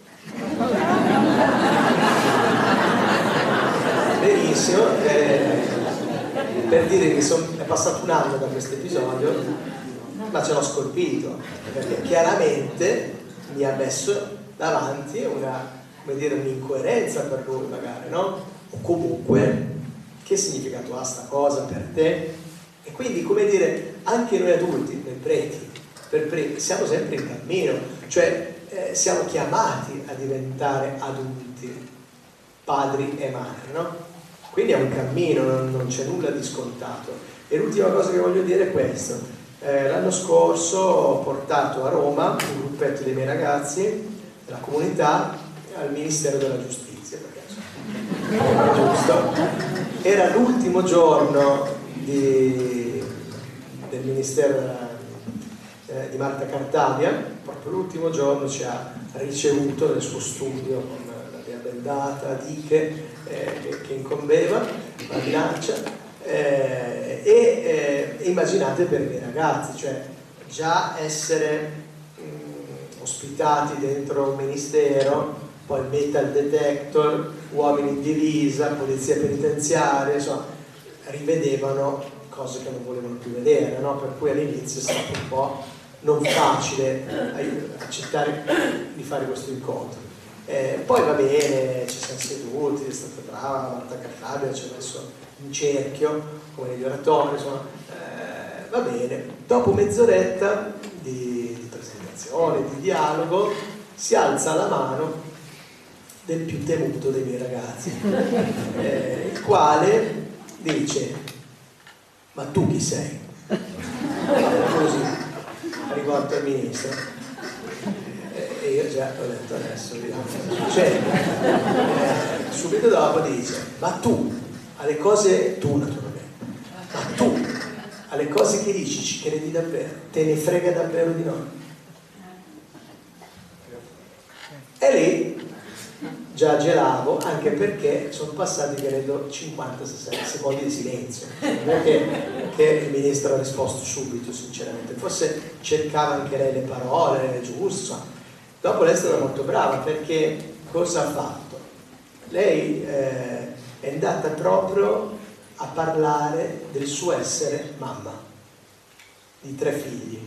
Benissimo, per dire che è passato un anno da questo episodio, ma ce l'ho scolpito, perché chiaramente mi ha messo davanti un'incoerenza per lui magari, no? O comunque, che significato ha sta cosa per te? E quindi, come dire, anche noi adulti, per preti, siamo sempre in cammino, cioè siamo chiamati a diventare adulti, padri e madri, no? Quindi è un cammino, non c'è nulla di scontato. E l'ultima cosa che voglio dire è questo: l'anno scorso ho portato a Roma un gruppetto dei miei ragazzi della comunità al Ministero della Giustizia, perché era giusto, era l'ultimo giorno del Ministero di Marta Cartabia, proprio l'ultimo giorno ci ha ricevuto nel suo studio con la bendata, diche che incombeva, la bilancia, e immaginate per i miei ragazzi, cioè già essere ospitati dentro un ministero, poi metal detector, uomini in divisa, polizia penitenziaria, insomma, rivedevano cose che non volevano più vedere, no? Per cui all'inizio è stato un po' non facile accettare di fare questo incontro. Poi va bene, ci siamo seduti, è stata brava Marta Cartabia, ci ha messo in cerchio come negli oratori, insomma, va bene. Dopo mezz'oretta di presentazione, di dialogo, si alza la mano del più temuto dei miei ragazzi, il quale dice: ma tu chi sei? Così, rivolto al ministro. E io già ho detto: adesso vediamo cosa succede. Subito dopo dice: ma tu alle cose, tu naturalmente, ma tu alle cose che dici ci credi davvero? Te ne frega davvero di noi? E lì già gelavo, anche perché sono passati credo 50-60 secondi di silenzio, non è che il ministro ha risposto subito, sinceramente, forse cercava anche lei le parole giuste. Dopo lei è stata molto brava, perché cosa ha fatto? Lei è andata proprio a parlare del suo essere mamma di 3 figli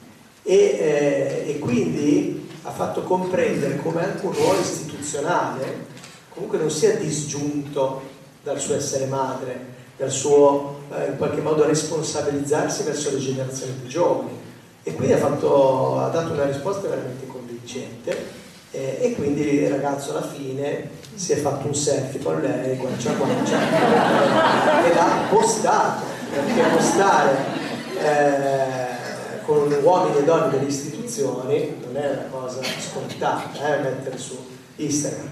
e quindi ha fatto comprendere come anche un ruolo istituzionale comunque non sia disgiunto dal suo essere madre, dal suo in qualche modo responsabilizzarsi verso le generazioni più giovani, e quindi ha dato una risposta veramente convincente, e quindi il ragazzo alla fine si è fatto un selfie con lei guancia a guancia e l'ha postato, perché postare con uomini e donne delle istituzioni non è una cosa scontata, mettere su Instagram.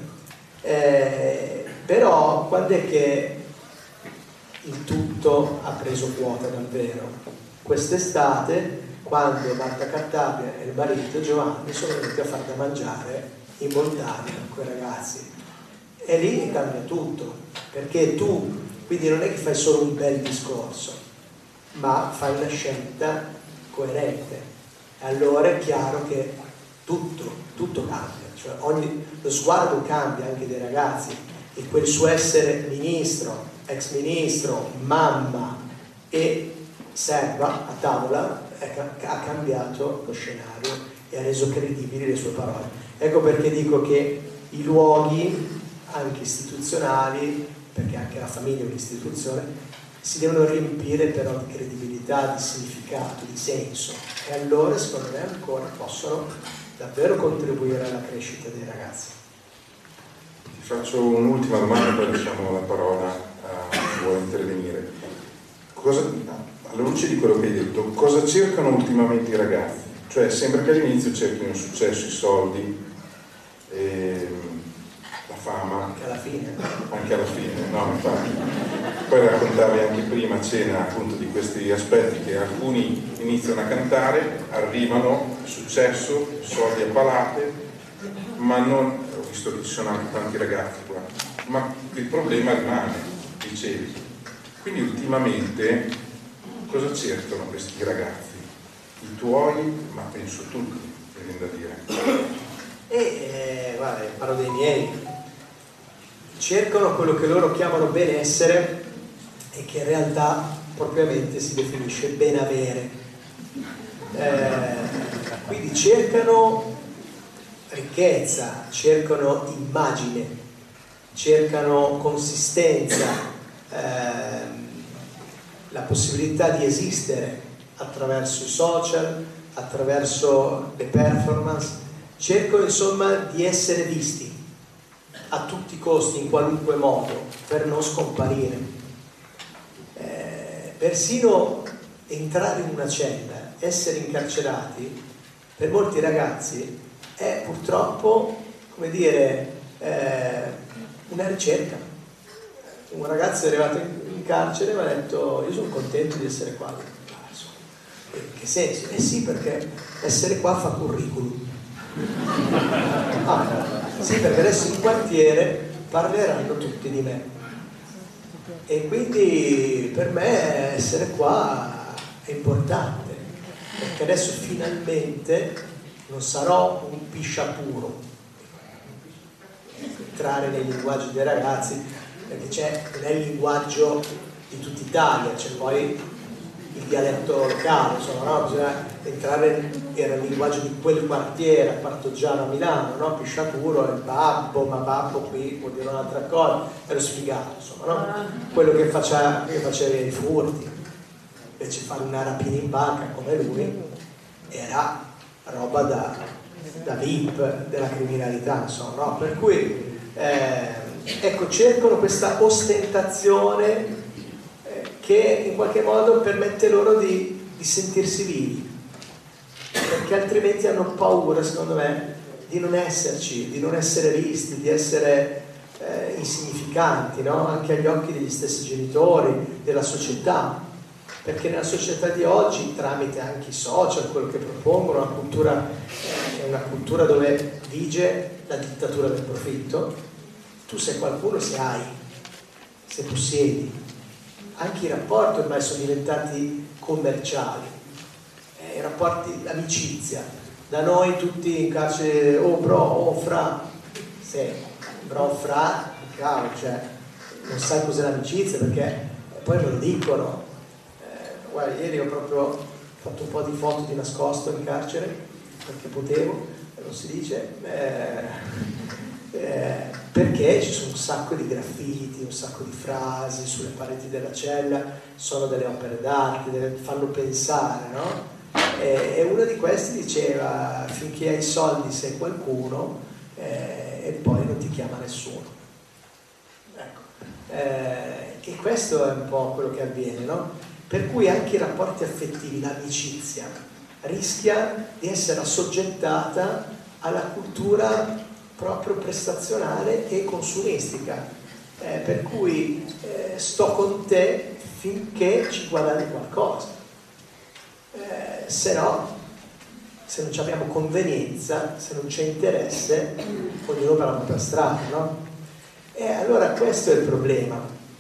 Però quando è che il tutto ha preso quota davvero? Quest'estate, quando Marta Cartabia e il marito Giovanni sono venuti a far da mangiare in montagna con i ragazzi, e lì cambia tutto, perché tu quindi non è che fai solo un bel discorso, ma fai una scelta coerente, e allora è chiaro che tutto cambia, cioè lo sguardo cambia anche dei ragazzi, e quel suo essere ministro, ex ministro, mamma e serva a tavola ha cambiato lo scenario e ha reso credibili le sue parole. Ecco perché dico che i luoghi anche istituzionali, perché anche la famiglia è un'istituzione, si devono riempire però di credibilità, di significato, di senso, e allora secondo me ancora possono davvero contribuire alla crescita dei ragazzi. Ti faccio un'ultima domanda, poi lasciamo la parola a chi vuole intervenire. Alla luce di quello che hai detto, cosa cercano ultimamente i ragazzi? Cioè sembra che all'inizio cerchino il successo, i soldi, la fama. Anche alla fine. Anche alla fine, no, infatti. Poi raccontavi anche prima a cena appunto di questi aspetti, che alcuni iniziano a cantare, arrivano, successo, soldi a palate, ma non, ho visto che ci sono anche tanti ragazzi qua, ma il problema rimane, dicevi. Quindi ultimamente cosa cercano questi ragazzi? I tuoi, ma penso tutti, mi viene da dire. Guarda, parlo dei miei. Cercano quello che loro chiamano benessere e che in realtà propriamente si definisce benavere. Quindi cercano ricchezza, cercano immagine, cercano consistenza, la possibilità di esistere attraverso i social, attraverso le performance, cercano insomma di essere visti a tutti i costi, in qualunque modo, per non scomparire. Persino entrare in una cella, essere incarcerati, per molti ragazzi è purtroppo, come dire, una ricerca. Un ragazzo è arrivato in carcere e mi ha detto: io sono contento di essere qua. In che senso? Sì, perché essere qua fa curriculum. Sì, perché adesso in quartiere parleranno tutti di me. E quindi per me essere qua è importante, perché adesso finalmente non sarò un pisciapuro, entrare nei linguaggi dei ragazzi, perché non è il linguaggio di tutta Italia, c'è poi il dialetto locale, insomma, no? Bisogna entrare, era il linguaggio di quel quartiere, a Partigiano a Milano, no? Pisciapuro è il babbo, ma babbo qui vuol dire un'altra cosa, ero sfigato, insomma, no? Quello che faceva i furti, invece fare una rapina in banca come lui era roba da VIP della criminalità, insomma, no? Per cui ecco, cercano questa ostentazione che in qualche modo permette loro di sentirsi vivi, perché altrimenti hanno paura, secondo me, di non esserci, di non essere visti, di essere insignificanti, no? Anche agli occhi degli stessi genitori, della società, perché nella società di oggi, tramite anche i social, quello che propongono, è una cultura dove vige la dittatura del profitto. Tu sei qualcuno se hai, se possiedi. Anche i rapporti ormai sono diventati commerciali, i rapporti, l'amicizia. Da noi tutti in carcere, oh bro, oh fra, sì, bro, fra, cavolo, cioè, non sai cos'è l'amicizia, perché poi me lo dicono. Guarda, ieri ho proprio fatto un po' di foto di nascosto in carcere, perché potevo, non si dice, perché ci sono un sacco di graffiti, un sacco di frasi sulle pareti della cella, sono delle opere d'arte, fanno pensare, no? E uno di questi diceva: finché hai soldi sei qualcuno, e poi non ti chiama nessuno. Ecco, e questo è un po' quello che avviene, no? Per cui anche i rapporti affettivi, l'amicizia, rischia di essere assoggettata alla cultura proprio prestazionale e consumistica, per cui sto con te finché ci guadagni qualcosa, se no, se non abbiamo convenienza, se non c'è interesse, ognuno va per strada, no? E allora questo è il problema.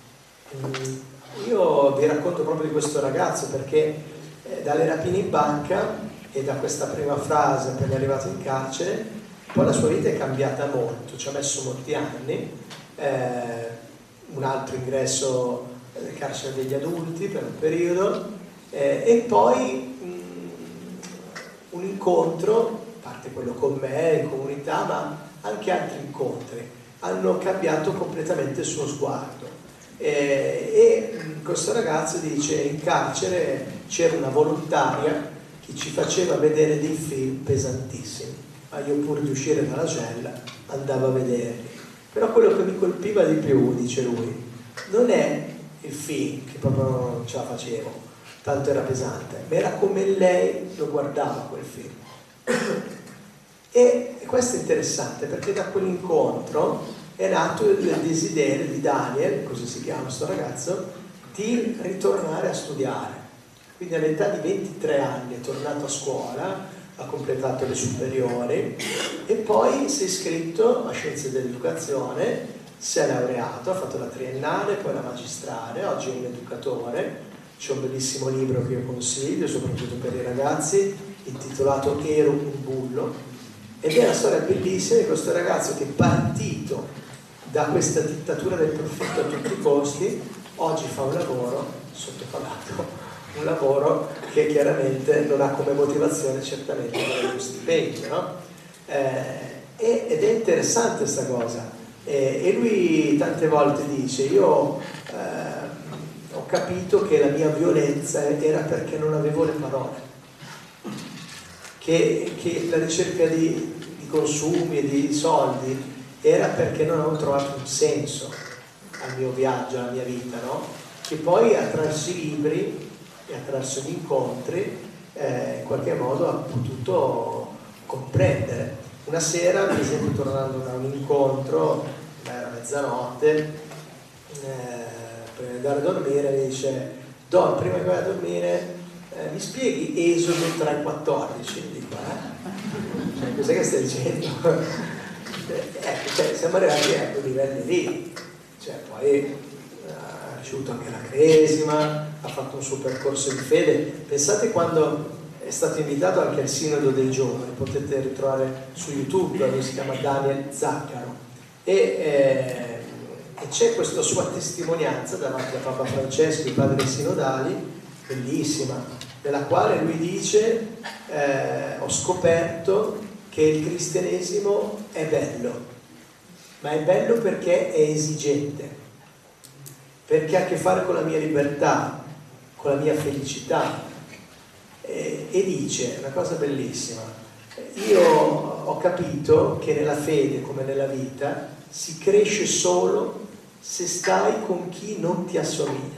Io vi racconto proprio di questo ragazzo perché dalle rapine in banca e da questa prima frase appena arrivato in carcere, poi la sua vita è cambiata molto, ci ha messo molti anni, un altro ingresso nel carcere degli adulti per un periodo, e poi un incontro, a parte quello con me, in comunità, ma anche altri incontri, hanno cambiato completamente il suo sguardo. E questo ragazzo dice: in carcere c'era una volontaria che ci faceva vedere dei film pesantissimi, ma io pur di uscire dalla cella andavo a vederli. Però quello che mi colpiva di più, dice lui, non è il film, che proprio non ce la facevo, tanto era pesante, ma era come lei lo guardava quel film. E questo è interessante perché da quell'incontro è nato il desiderio di Daniel, così si chiama questo ragazzo, di ritornare a studiare. Quindi all'età di 23 anni è tornato a scuola, ha completato le superiori e poi si è iscritto a Scienze dell'Educazione si è laureato, ha fatto la triennale, poi la magistrale, oggi è un educatore. C'è un bellissimo libro che io consiglio, soprattutto per i ragazzi, intitolato Ero un bullo, ed è una storia bellissima di questo ragazzo che, partito da questa dittatura del profitto a tutti i costi, oggi fa un lavoro sottopagato, un lavoro che chiaramente non ha come motivazione certamente lo stipendio, no? Ed è interessante questa cosa, e lui tante volte dice: io ho capito che la mia violenza era perché non avevo le parole, che la ricerca di consumi e di soldi era perché non avevo trovato un senso al mio viaggio, alla mia vita, no? Che poi attraverso i libri e attraverso gli incontri in qualche modo ha potuto comprendere. Una sera, per esempio, tornando da un incontro, era mezzanotte, prima di andare a dormire, mi dice: Don, prima di andare a dormire mi spieghi Esodo 3,14? Dico, cioè, cos'è che stai dicendo? Cioè, siamo arrivati a quei livelli lì. Cioè, poi ha ricevuto anche la cresima, ha fatto un suo percorso di fede. Pensate quando è stato invitato anche al Sinodo dei Giovani, potete ritrovare su YouTube, lui si chiama Daniel Zaccaro, e c'è questa sua testimonianza davanti a Papa Francesco, i padri sinodali, bellissima, nella quale lui dice: ho scoperto che il cristianesimo è bello, ma è bello perché è esigente, perché ha a che fare con la mia libertà, con la mia felicità, e dice una cosa bellissima: io ho capito che nella fede come nella vita si cresce solo se stai con chi non ti assomiglia.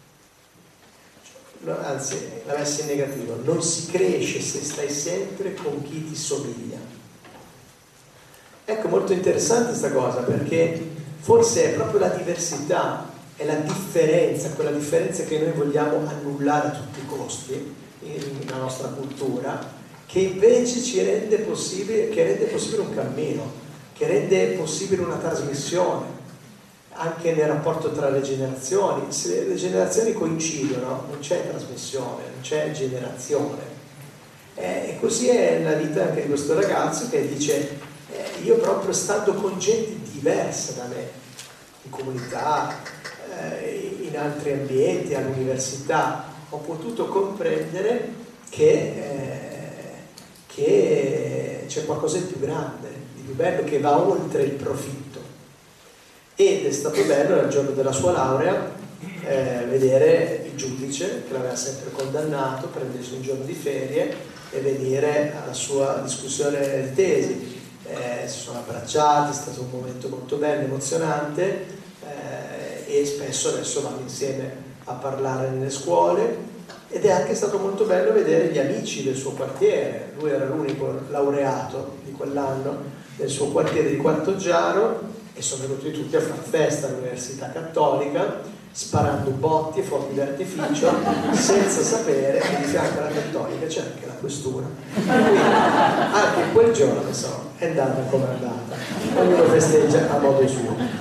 Anzi, la messa in negativo: non si cresce se stai sempre con chi ti somiglia. Ecco, molto interessante questa cosa, perché forse è proprio la diversità, è la differenza, quella differenza che noi vogliamo annullare a tutti i costi nella nostra cultura, che invece ci rende possibile, che rende possibile un cammino, che rende possibile una trasmissione anche nel rapporto tra le generazioni. Se le generazioni coincidono non c'è trasmissione, non c'è generazione, e così è la vita anche di questo ragazzo che dice: io proprio stando con gente diversa da me, in comunità, in altri ambienti, all'università, ho potuto comprendere che c'è qualcosa di più grande, di più bello, che va oltre il profitto. Ed è stato bello nel giorno della sua laurea vedere il giudice che l'aveva sempre condannato, prendersi un giorno di ferie e venire alla sua discussione di tesi. Si sono abbracciati, è stato un momento molto bello, emozionante, e spesso adesso vanno insieme a parlare nelle scuole, ed è anche stato molto bello vedere gli amici del suo quartiere. Lui era l'unico laureato di quell'anno nel suo quartiere di Quartoggiaro, e sono venuti tutti a far festa all'Università Cattolica, sparando botti e fuochi d'artificio, senza sapere che di fianco alla Cattolica c'è anche la questura. Quindi anche quel giorno è andata come è andata, ognuno festeggia a modo suo.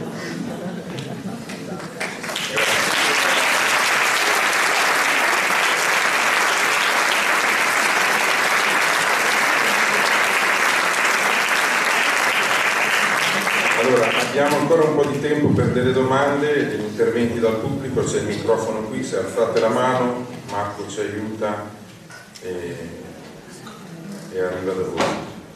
Abbiamo ancora un po' di tempo per delle domande e degli interventi dal pubblico. C'è il microfono qui, se alzate la mano Marco ci aiuta e arriva da voi.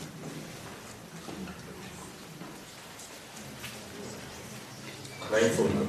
Là in fondo.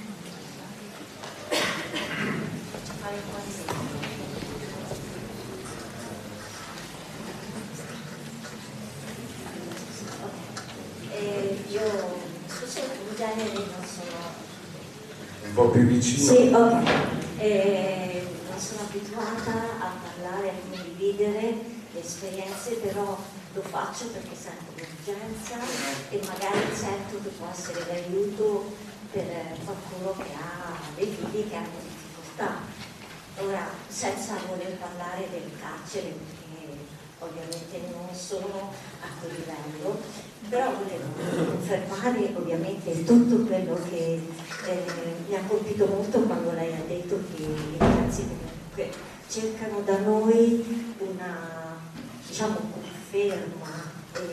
Io in genere non sono un po' più vicino. Sì, ok. Non sono abituata a parlare, a condividere le esperienze, però lo faccio perché sento l'urgenza e magari sento che può essere d'aiuto per qualcuno che ha dei figli che hanno difficoltà. Ora, senza voler parlare del carcere, perché ovviamente non sono a quel livello, Però volevo confermare ovviamente tutto quello che mi ha colpito molto quando lei ha detto che i ragazzi comunque cercano da noi una, diciamo, conferma.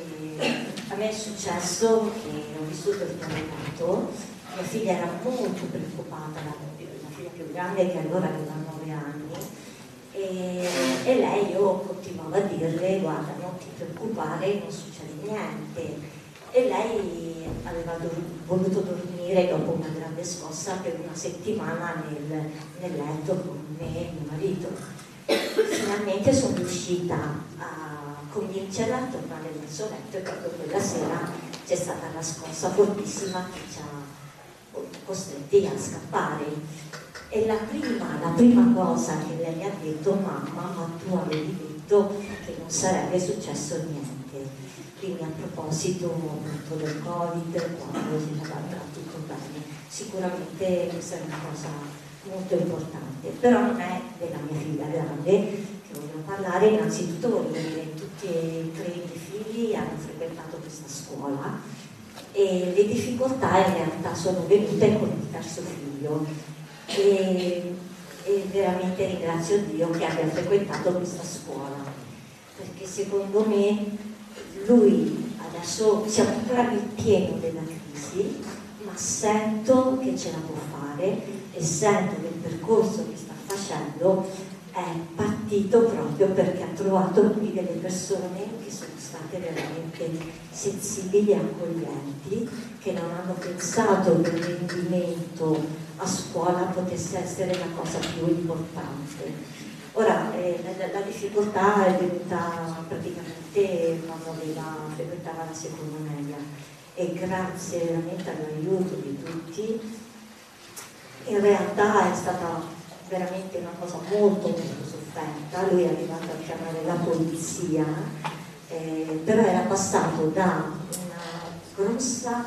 A me è successo che ho vissuto il terremoto, mia figlia era molto preoccupata, la figlia più grande che allora aveva 9 anni, e lei, io continuavo a dirle: guarda, non ti preoccupare, non succede niente. E lei aveva voluto dormire dopo una grande scossa per una settimana nel letto con me e mio marito. Finalmente sono riuscita a convincerla a tornare nel suo letto, e proprio quella sera c'è stata la scossa fortissima che ci ha costretti a scappare. E la prima cosa che lei mi ha detto: mamma, ma tu avevi detto che non sarebbe successo niente. Quindi a proposito appunto del Covid, quando si andrà tutto bene, sicuramente questa è una cosa molto importante. Però non è della mia figlia grande che voglio parlare. Innanzitutto voglio dire: tutti e 3 i miei figli hanno frequentato questa scuola, e le difficoltà in realtà sono venute con il terzo figlio. E veramente ringrazio Dio che abbia frequentato questa scuola, perché secondo me lui adesso siamo ancora nel pieno della crisi, ma sento che ce la può fare, e sento che il percorso che sta facendo è partito proprio perché ha trovato qui delle persone che sono state veramente sensibili e accoglienti, che non hanno pensato che il rendimento a scuola potesse essere la cosa più importante. Ora, la difficoltà è venuta praticamente quando frequentava la seconda media, e grazie veramente all'aiuto di tutti, in realtà è stata veramente una cosa molto molto sofferta. Lui è arrivato a chiamare la polizia, però era passato da una grossa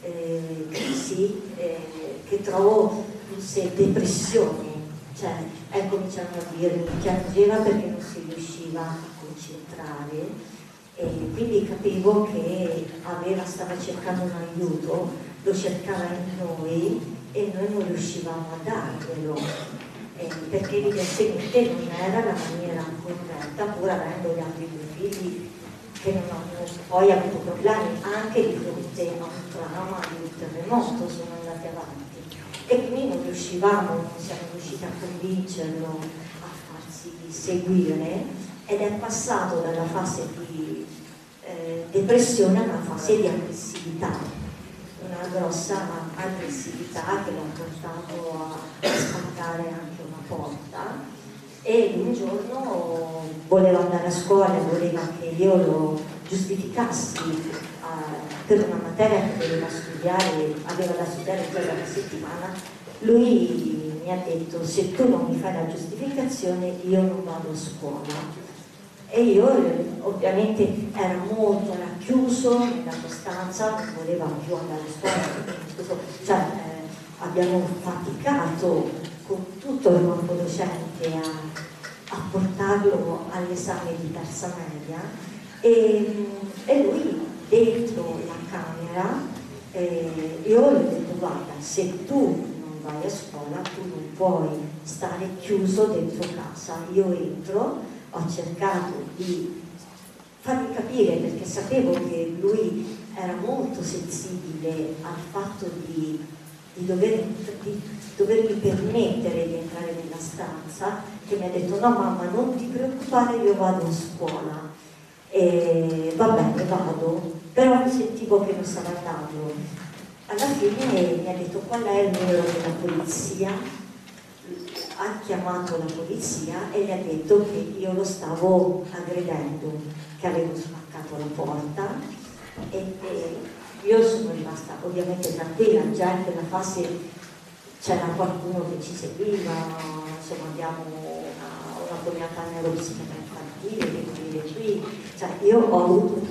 crisi che trovo fosse depressione, cioè cominciarono a dirmi, piangeva perché non si riusciva a concentrare, e quindi capivo che stava cercando un aiuto, lo cercava in noi e noi non riuscivamo a darglielo, perché evidentemente non era la maniera corretta, pur avendo gli altri 2 figli che non hanno poi avuto problemi anche di fronte a un trauma di un terremoto, sono andati avanti, e quindi non siamo riusciti a convincerlo a farsi seguire, ed è passato dalla fase di depressione a una fase di aggressività, una grossa aggressività che l'ha portato a spaccare anche una porta. E un giorno voleva andare a scuola e voleva che io lo giustificassi per una materia che doveva studiare, aveva da studiare quella settimana. Lui mi ha detto: se tu non mi fai la giustificazione io non vado a scuola. E io ovviamente era molto racchiuso nella sua stanza, non voleva più andare a scuola, abbiamo faticato con tutto il corpo docente a portarlo all'esame di terza media, e lui dentro la camera, io gli ho detto: guarda, se tu non vai a scuola tu non puoi stare chiuso dentro casa. Io entro, ho cercato di farmi capire, perché sapevo che lui era molto sensibile al fatto di dovermi permettere di entrare nella stanza, che mi ha detto: no mamma, non ti preoccupare, io vado a scuola. E va bene, vado, però sentivo che non stava andando. Alla fine mi ha detto: qual è il numero della polizia? Ha chiamato la polizia e gli ha detto che io lo stavo aggredendo, che avevo spaccato la porta, e io sono rimasta ovviamente tranquilla. Già in quella fase c'era qualcuno che ci seguiva, insomma abbiamo una cognata neuropsichiatra infantile che vive qui, io ho avuto,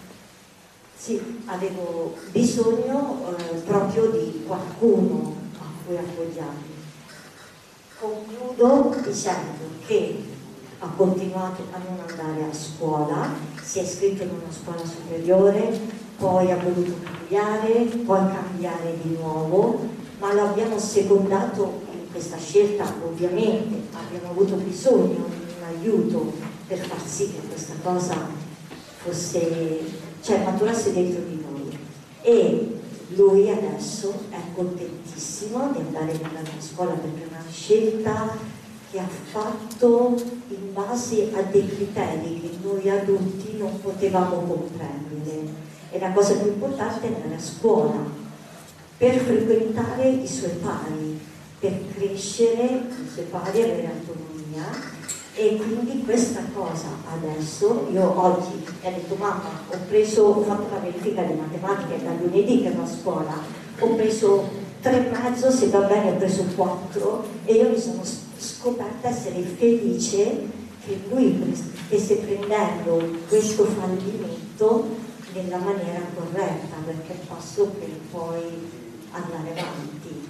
avevo bisogno proprio di qualcuno a cui appoggiarmi. Concludo dicendo che ha continuato a non andare a scuola, si è iscritto in una scuola superiore, poi ha voluto cambiare, poi cambiare di nuovo, ma lo abbiamo secondato in questa scelta. Ovviamente abbiamo avuto bisogno di un aiuto per far sì che questa cosa fosse, cioè maturasse dentro di noi, e lui adesso è contentissimo di andare nella mia scuola perché è una scelta che ha fatto in base a dei criteri che noi adulti non potevamo comprendere. E la cosa più importante è andare a scuola per frequentare i suoi pari, per crescere i suoi pari, avere autonomia. E quindi questa cosa adesso, io oggi mi ha detto mamma, ho fatto una verifica di matematica da lunedì che ero a scuola, ho preso 3,5, se va bene ho preso 4, e io mi sono scoperta essere felice che lui stesse prendendo questo fallimento nella maniera corretta, perché è il passo per poi andare avanti.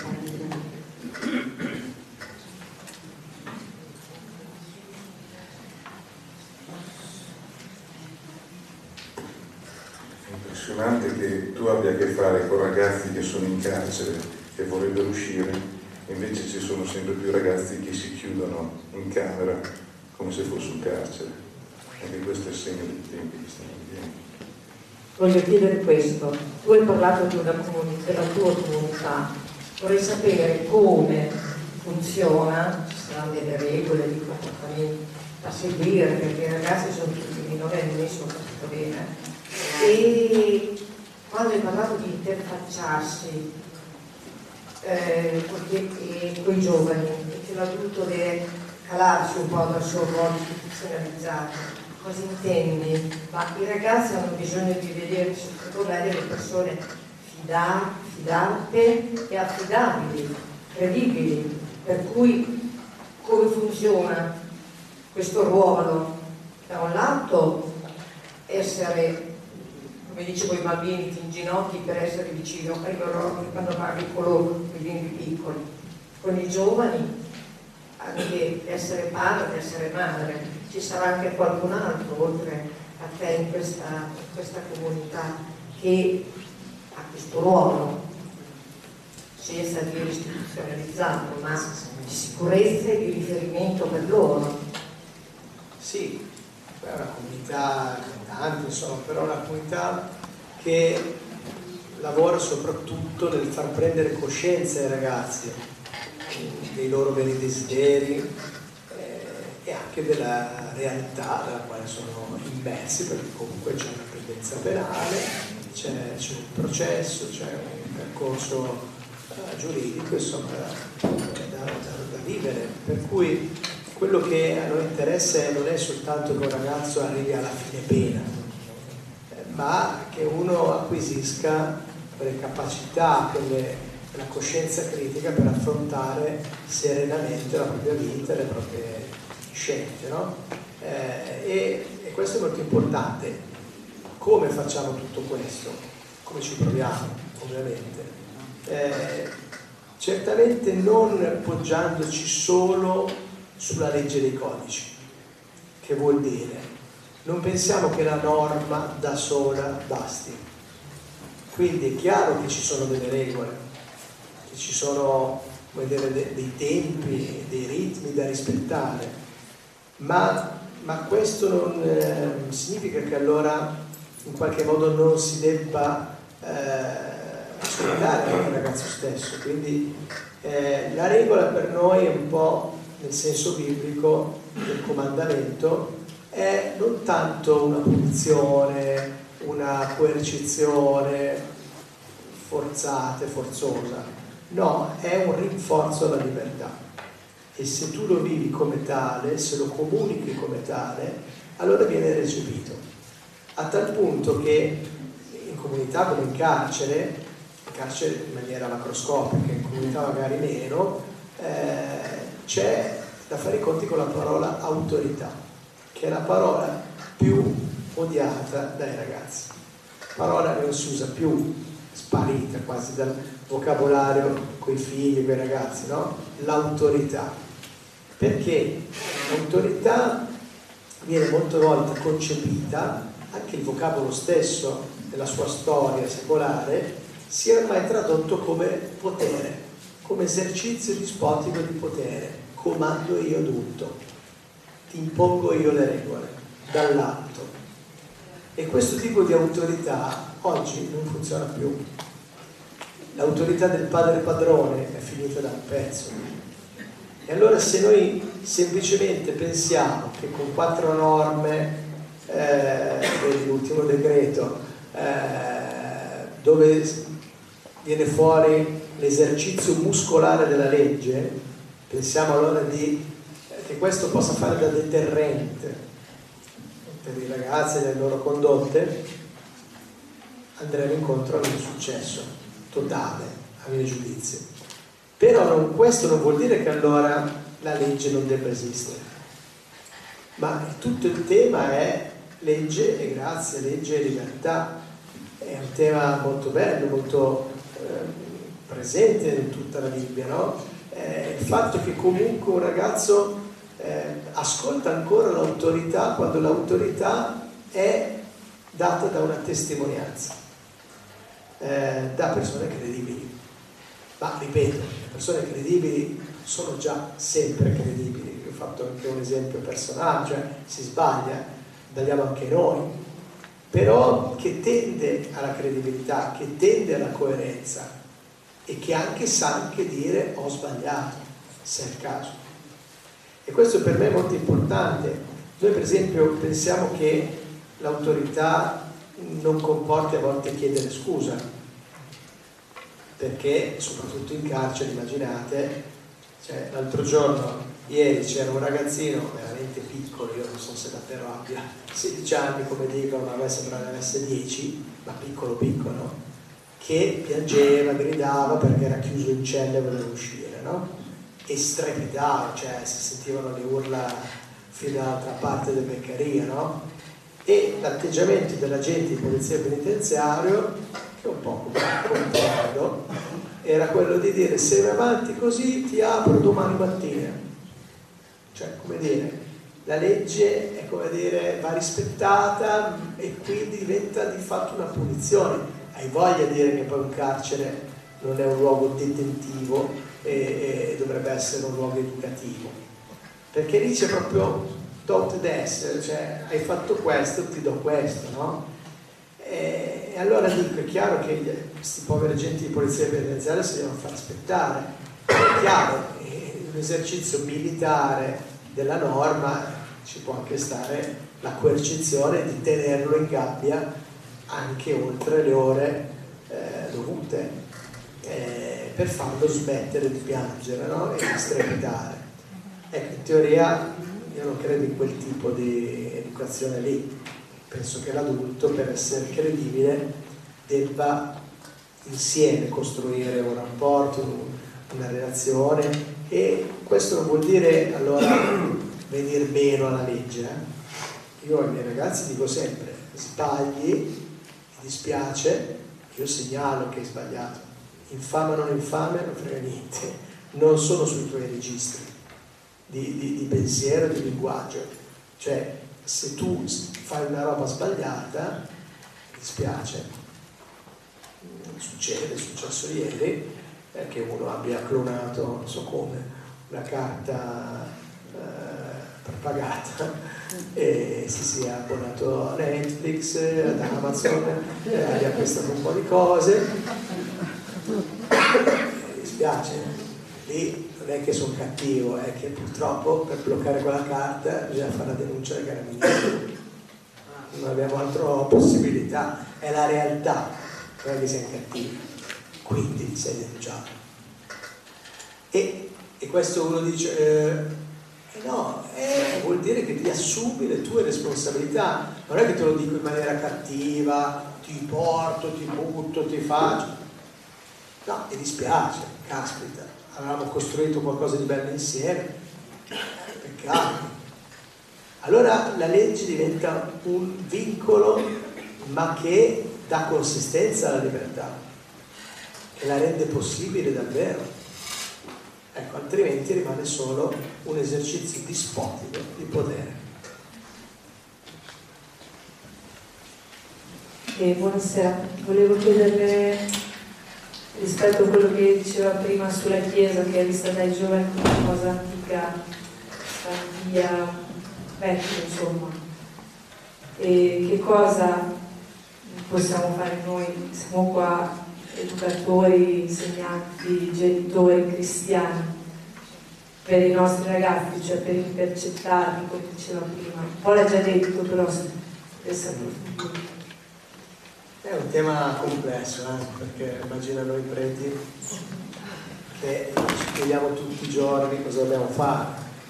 Impressionante che tu abbia a che fare con ragazzi che sono in carcere e vorrebbero uscire, e invece ci sono sempre più ragazzi che si chiudono in camera come se fosse un carcere. Anche questo è il segno dei tempi che stanno vivendo. Voglio chiedere questo: tu hai parlato di una della tua comunità, vorrei sapere come funziona, ci saranno delle regole di comportamento da seguire, perché i ragazzi sono tutti minorenni, sono capito bene. E quando hai parlato di interfacciarsi con i giovani, che l'adulto deve calarsi un po' dal suo ruolo istituzionalizzato, cosa intendi? Ma i ragazzi hanno bisogno di vedere secondo me delle persone fidate e affidabili, credibili, per cui come funziona questo ruolo? Da un lato essere, come dicevo, i bambini ti inginocchi per essere vicino ai loro quando parli con loro, i bimbi piccoli, con i giovani anche essere padre, essere madre. Ci sarà anche qualcun altro oltre a te in questa comunità che ha questo ruolo, senza dire istituzionalizzato, ma di sicurezza e di riferimento per loro. Sì, è una comunità tante, insomma, però una comunità che lavora soprattutto nel far prendere coscienza ai ragazzi dei loro veri desideri e anche della realtà nella quale sono immersi, perché comunque c'è una presenza penale, c'è un processo, c'è un percorso giuridico, insomma, da vivere, per cui quello che a noi interessa non è soltanto che un ragazzo arrivi alla fine pena, ma che uno acquisisca quelle capacità, la coscienza critica per affrontare serenamente la propria vita e le proprie scelte, no? E questo è molto importante. Come facciamo tutto questo? Come ci proviamo, ovviamente? Certamente non poggiandoci solo sulla legge dei codici, che vuol dire non pensiamo che la norma da sola basti. Quindi è chiaro che ci sono delle regole, che ci sono, come dire, dei tempi, dei ritmi da rispettare, ma questo non significa che allora in qualche modo non si debba ascoltare il ragazzo stesso. Quindi la regola per noi è un po' nel senso biblico del comandamento, è non tanto una punizione, una coercizione forzosa, no, è un rinforzo alla libertà, e se tu lo vivi come tale, se lo comunichi come tale, allora viene recepito, a tal punto che in comunità come in carcere in maniera macroscopica, in comunità magari meno, c'è da fare i conti con la parola autorità, che è la parola più odiata dai ragazzi, parola che non si usa più, sparita quasi dal vocabolario coi figli, coi ragazzi, no? L'autorità, perché l'autorità viene molte volte concepita, anche il vocabolo stesso nella sua storia secolare, sia ormai tradotto come potere, come esercizio dispotico di potere. Comando io tutto, ti impongo io le regole, dall'alto. E questo tipo di autorità oggi non funziona più. L'autorità del padre padrone è finita da un pezzo. E allora se noi semplicemente pensiamo che con 4 norme dell'ultimo decreto, dove viene fuori l'esercizio muscolare della legge, pensiamo allora che questo possa fare da deterrente per i ragazzi e le loro condotte, andremo incontro a un successo totale, a mio giudizio. Però questo non vuol dire che allora la legge non debba esistere, ma tutto il tema è legge e grazia, legge e libertà. È un tema molto bello, molto presente in tutta la Bibbia, no? Il fatto che comunque un ragazzo ascolta ancora l'autorità quando l'autorità è data da una testimonianza, da persone credibili. Ma ripeto, le persone credibili sono già sempre credibili. Io ho fatto anche un esempio personale, cioè si sbaglia, sbagliamo anche noi, però che tende alla credibilità, che tende alla coerenza e che anche sa anche dire ho sbagliato, se è il caso. E questo per me è molto importante. Noi per esempio pensiamo che l'autorità non comporti a volte chiedere scusa, perché soprattutto in carcere, immaginate, cioè, l'altro giorno, ieri c'era un ragazzino veramente piccolo, io non so se davvero abbia 16 anni come dicono, ma a me sembra ne avesse 10, ma piccolo piccolo, che piangeva, gridava perché era chiuso in cella e voleva uscire, no? E strepitava, cioè si sentivano le urla fino dall'altra parte del Beccaria, no? E l'atteggiamento dell'agente di polizia penitenziario, che è un po' concordo, era quello di dire: se vai avanti così ti apro domani mattina. Cioè, come dire, la legge è, come dire, va rispettata e quindi diventa di fatto una punizione. Hai voglia di dire che poi un carcere non è un luogo detentivo e dovrebbe essere un luogo educativo, perché lì c'è proprio don't des, cioè hai fatto questo, ti do questo, no? E allora dico, è chiaro che questi poveri agenti di polizia penitenziaria si devono far aspettare, è chiaro, un esercizio militare della norma ci può anche stare la coercizione di tenerlo in gabbia anche oltre le ore dovute, per farlo smettere di piangere, no? E di strepitare. Ecco, in teoria io non credo in quel tipo di educazione lì. Penso che l'adulto, per essere credibile, debba insieme costruire un rapporto, una relazione, e questo non vuol dire allora venire meno alla legge. Io ai miei ragazzi dico sempre: sbagli, mi dispiace, io segnalo che hai sbagliato, infame o non infame, non frega niente, non sono sui tuoi registri di pensiero, di linguaggio. Cioè, se tu fai una roba sbagliata, mi dispiace, succede, è successo ieri, che uno abbia clonato, non so come, una carta prepagata e si sia abbonato a Netflix, ad Amazon, abbia acquistato un po' di cose, mi dispiace, lì non è che sono cattivo, è che purtroppo per bloccare quella carta bisogna fare la denuncia ai carabinieri, non abbiamo altra possibilità, è la realtà, non è che siamo cattivi, quindi sei denunciato. E questo uno dice no, vuol dire che ti assumi le tue responsabilità, non è che te lo dico in maniera cattiva, ti porto, ti butto, ti faccio, no, mi dispiace, caspita, avevamo costruito qualcosa di bello insieme, peccato. Allora la legge diventa un vincolo, ma che dà consistenza alla libertà, che la rende possibile davvero. Ecco, altrimenti rimane solo un esercizio dispotico di potere. Buonasera, volevo chiederle rispetto a quello che diceva prima sulla Chiesa, che è vista dai giovani come una cosa antica, via, vecchia insomma, e che cosa possiamo fare noi? Siamo qua educatori, insegnanti, genitori cristiani, per i nostri ragazzi, cioè per intercettarli, come diceva prima. Un po' l'ha già detto, però se approfondire. È un tema complesso, perché immagina noi preti che ci chiediamo tutti i giorni cosa dobbiamo fare,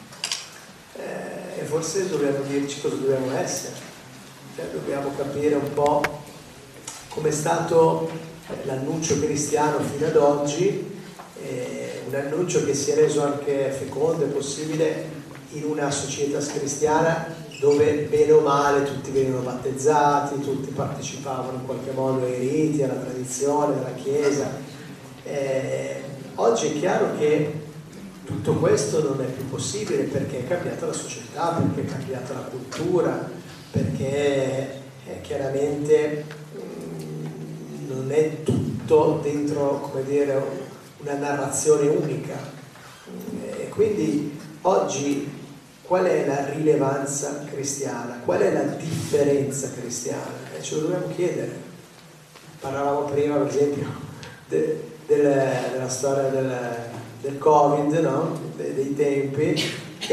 e forse dobbiamo dirci cosa dobbiamo essere, cioè dobbiamo capire un po' com'è stato l'annuncio cristiano fino ad oggi, un annuncio che si è reso anche fecondo e possibile in una società cristiana dove bene o male tutti venivano battezzati, tutti partecipavano in qualche modo ai riti, alla tradizione della Chiesa. Oggi è chiaro che tutto questo non è più possibile perché è cambiata la società, perché è cambiata la cultura, perché chiaramente non è tutto dentro, come dire, una narrazione unica. E quindi oggi qual è la rilevanza cristiana? Qual è la differenza cristiana? Ce lo dobbiamo chiedere. Parlavamo prima, per esempio, della storia del Covid, no? Dei tempi,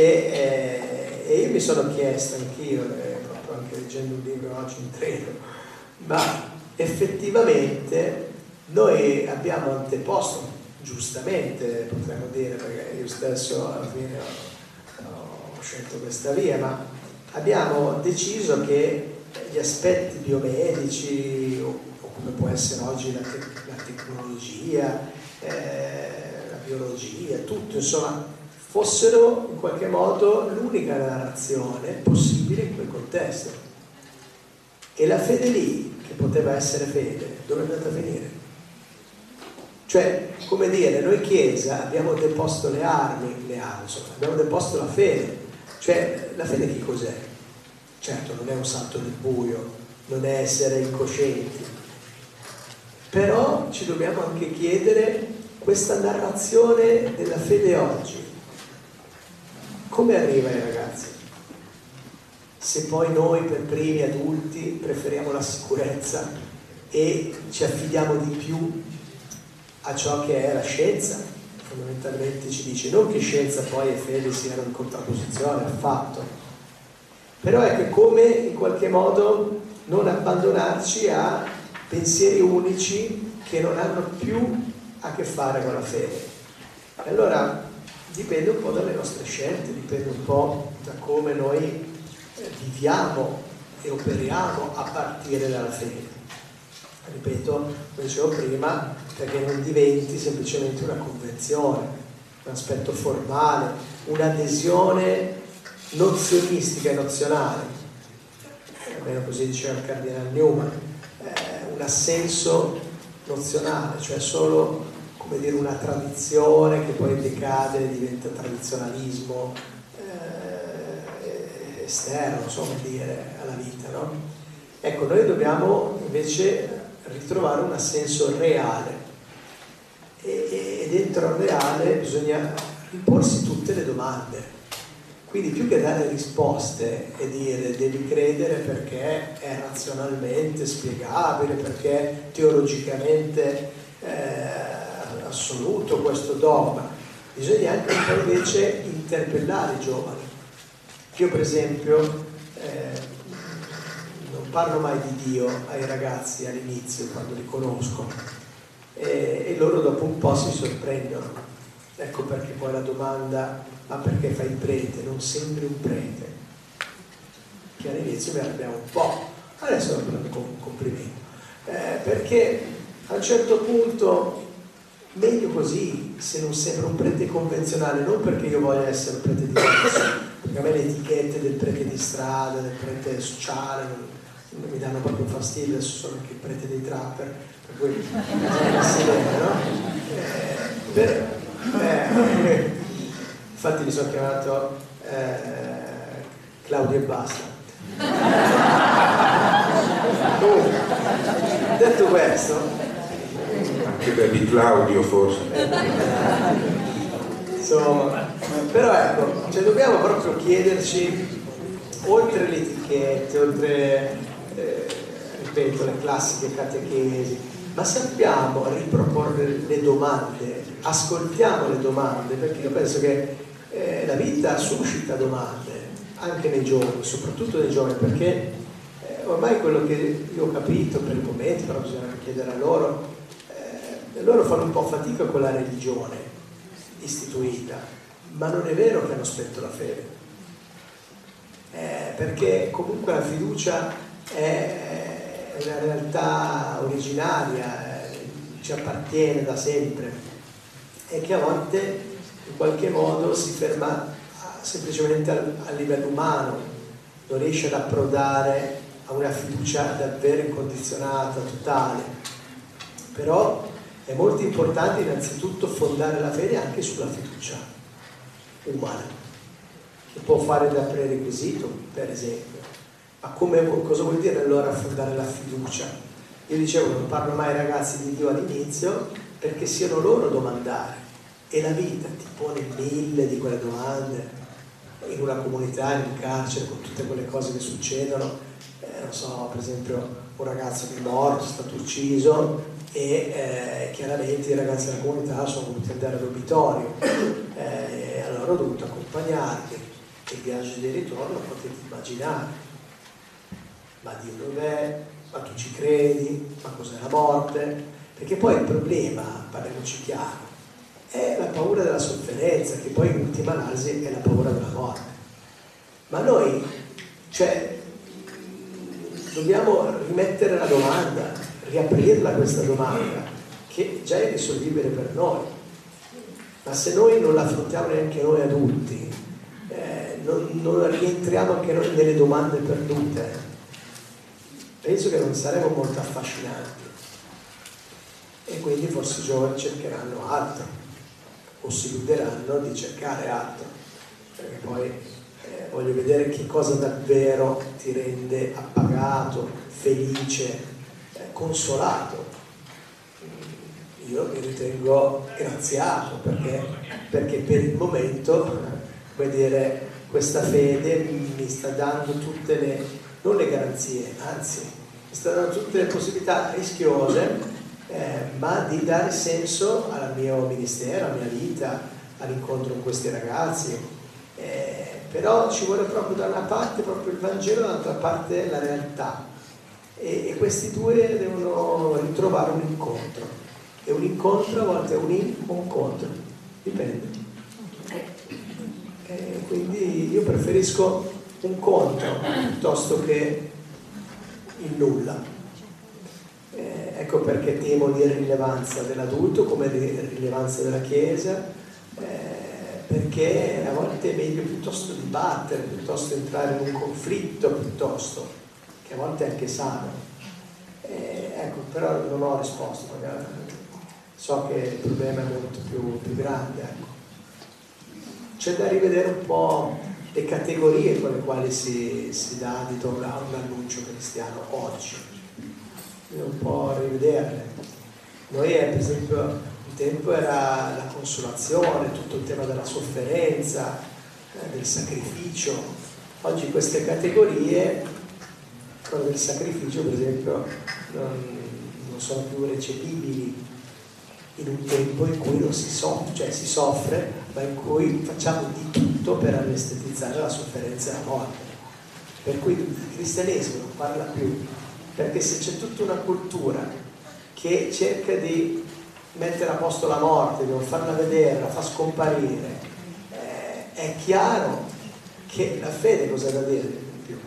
e io mi sono chiesto anch'io, proprio anche leggendo un libro oggi in treno, ma effettivamente noi abbiamo anteposto, giustamente potremmo dire, perché io stesso alla fine ho scelto questa via, ma abbiamo deciso che gli aspetti biomedici, o come può essere oggi la tecnologia, la biologia, tutto, insomma, fossero in qualche modo l'unica narrazione possibile in quel contesto. E la fede lì, che poteva essere fede, dove è andata a finire? Cioè, come dire, noi Chiesa abbiamo deposto le armi, insomma, abbiamo deposto la fede. Cioè, la fede che cos'è? Certo, non è un salto nel buio, non è essere incoscienti, però ci dobbiamo anche chiedere questa narrazione della fede oggi. Come arriva ai ragazzi? Se poi noi per primi adulti preferiamo la sicurezza e ci affidiamo di più a ciò che è la scienza, fondamentalmente ci dice, non che scienza poi e fede siano in contrapposizione affatto, però è che come in qualche modo non abbandonarci a pensieri unici che non hanno più a che fare con la fede. E allora dipende un po' dalle nostre scelte, dipende un po' da come noi viviamo e operiamo a partire dalla fede. Ripeto, come dicevo prima, perché non diventi semplicemente una convenzione, un aspetto formale, un'adesione nozionistica e nozionale, almeno così diceva il cardinale Newman, un assenso nozionale, cioè solo, come dire, una tradizione che poi decade e diventa tradizionalismo esterno, insomma, dire, alla vita, no? Ecco, noi dobbiamo invece ritrovare un assenso reale e dentro al reale bisogna riporsi tutte le domande. Quindi più che dare risposte e dire devi credere perché è razionalmente spiegabile, perché teologicamente assoluto questo dogma, bisogna anche un po' invece interpellare i giovani. Io per esempio non parlo mai di Dio ai ragazzi all'inizio, quando li conosco, e loro dopo un po' si sorprendono. Ecco perché poi la domanda: ma perché fai il prete? Non sembri un prete. Che all'inizio mi arrabbiavo un po', adesso lo prendo come un complimento, perché a un certo punto meglio così, se non sembra un prete convenzionale, non perché io voglia essere un prete diverso, perché a me le etichette del prete di strada, del prete sociale non mi danno proprio fastidio, adesso sono anche il prete dei trapper, per cui si vede, no? Infatti mi sono chiamato Claudio e basta. Comunque, detto questo, anche per di Claudio forse. insomma, però ecco, cioè dobbiamo proprio chiederci, oltre le etichette, oltre ripeto, le classiche catechesi, ma sappiamo riproporre le domande, ascoltiamo le domande, perché io penso che la vita suscita domande anche nei giovani, soprattutto nei giovani, perché ormai quello che io ho capito per il momento, però bisogna chiedere a loro, loro fanno un po' fatica con la religione istituita, ma non è vero che hanno spento la fede, perché comunque la fiducia è una realtà originaria, ci appartiene da sempre, e che a volte in qualche modo si ferma semplicemente a livello umano, non riesce ad approdare a una fiducia davvero incondizionata, totale. Però è molto importante innanzitutto fondare la fede anche sulla fiducia umana, che può fare da prerequisito, per esempio. Ma cosa vuol dire allora fondare la fiducia? Io dicevo, non parlo mai ai ragazzi di Dio all'inizio, perché siano loro a domandare, e la vita ti pone 1000 di quelle domande in una comunità, in un carcere, con tutte quelle cose che succedono. Non so, per esempio un ragazzo che è morto, è stato ucciso, e chiaramente i ragazzi della comunità sono voluti andare all'obitorio, allora ho dovuto accompagnarli, e il viaggio di ritorno potete immaginare, ma Dio dov'è? Ma tu ci credi? Ma cos'è la morte? Perché poi il problema, parliamoci chiaro, è la paura della sofferenza, che poi in ultima analisi è la paura della morte. Ma noi, cioè, dobbiamo rimettere la domanda, riaprirla questa domanda, che già è risolvibile per noi. Ma se noi non la affrontiamo neanche noi adulti, non rientriamo anche noi nelle domande perdute, penso che non saremo molto affascinanti. E quindi forse i giovani cercheranno altro, o si illuderanno di cercare altro, perché poi voglio vedere che cosa davvero ti rende appagato, felice, consolato. Io mi ritengo graziato, perché per il momento, come dire, questa fede mi sta dando tutte le, non le garanzie, anzi mi sta dando tutte le possibilità rischiose, ma di dare senso al mio ministero, alla mia vita, all'incontro con questi ragazzi. Però ci vuole proprio da una parte proprio il Vangelo, dall'altra parte la realtà, e questi due devono ritrovare un incontro, e un incontro a volte è un incontro, dipende. Quindi io preferisco un incontro piuttosto che il nulla. Ecco perché temo l'irrilevanza dell'adulto come l'irrilevanza della Chiesa, perché a volte è meglio piuttosto dibattere, piuttosto entrare in un conflitto, piuttosto, che a volte è anche sano. Ecco, però non ho risposto, magari so che il problema è molto più grande. Ecco. C'è da rivedere un po' le categorie con le quali si dà adito a un annuncio cristiano oggi. Un po' rivederle. Noi per esempio un tempo era la consolazione, tutto il tema della sofferenza, del sacrificio. Oggi queste categorie, quelle del sacrificio per esempio, non sono più recepibili in un tempo in cui non si soffre, cioè si soffre, ma in cui facciamo di tutto per anestetizzare la sofferenza e la morte. Per cui il cristianesimo non parla più, perché se c'è tutta una cultura che cerca di mettere a posto la morte, di non farla vedere, la fa scomparire, è chiaro che la fede cosa ha da dire di più.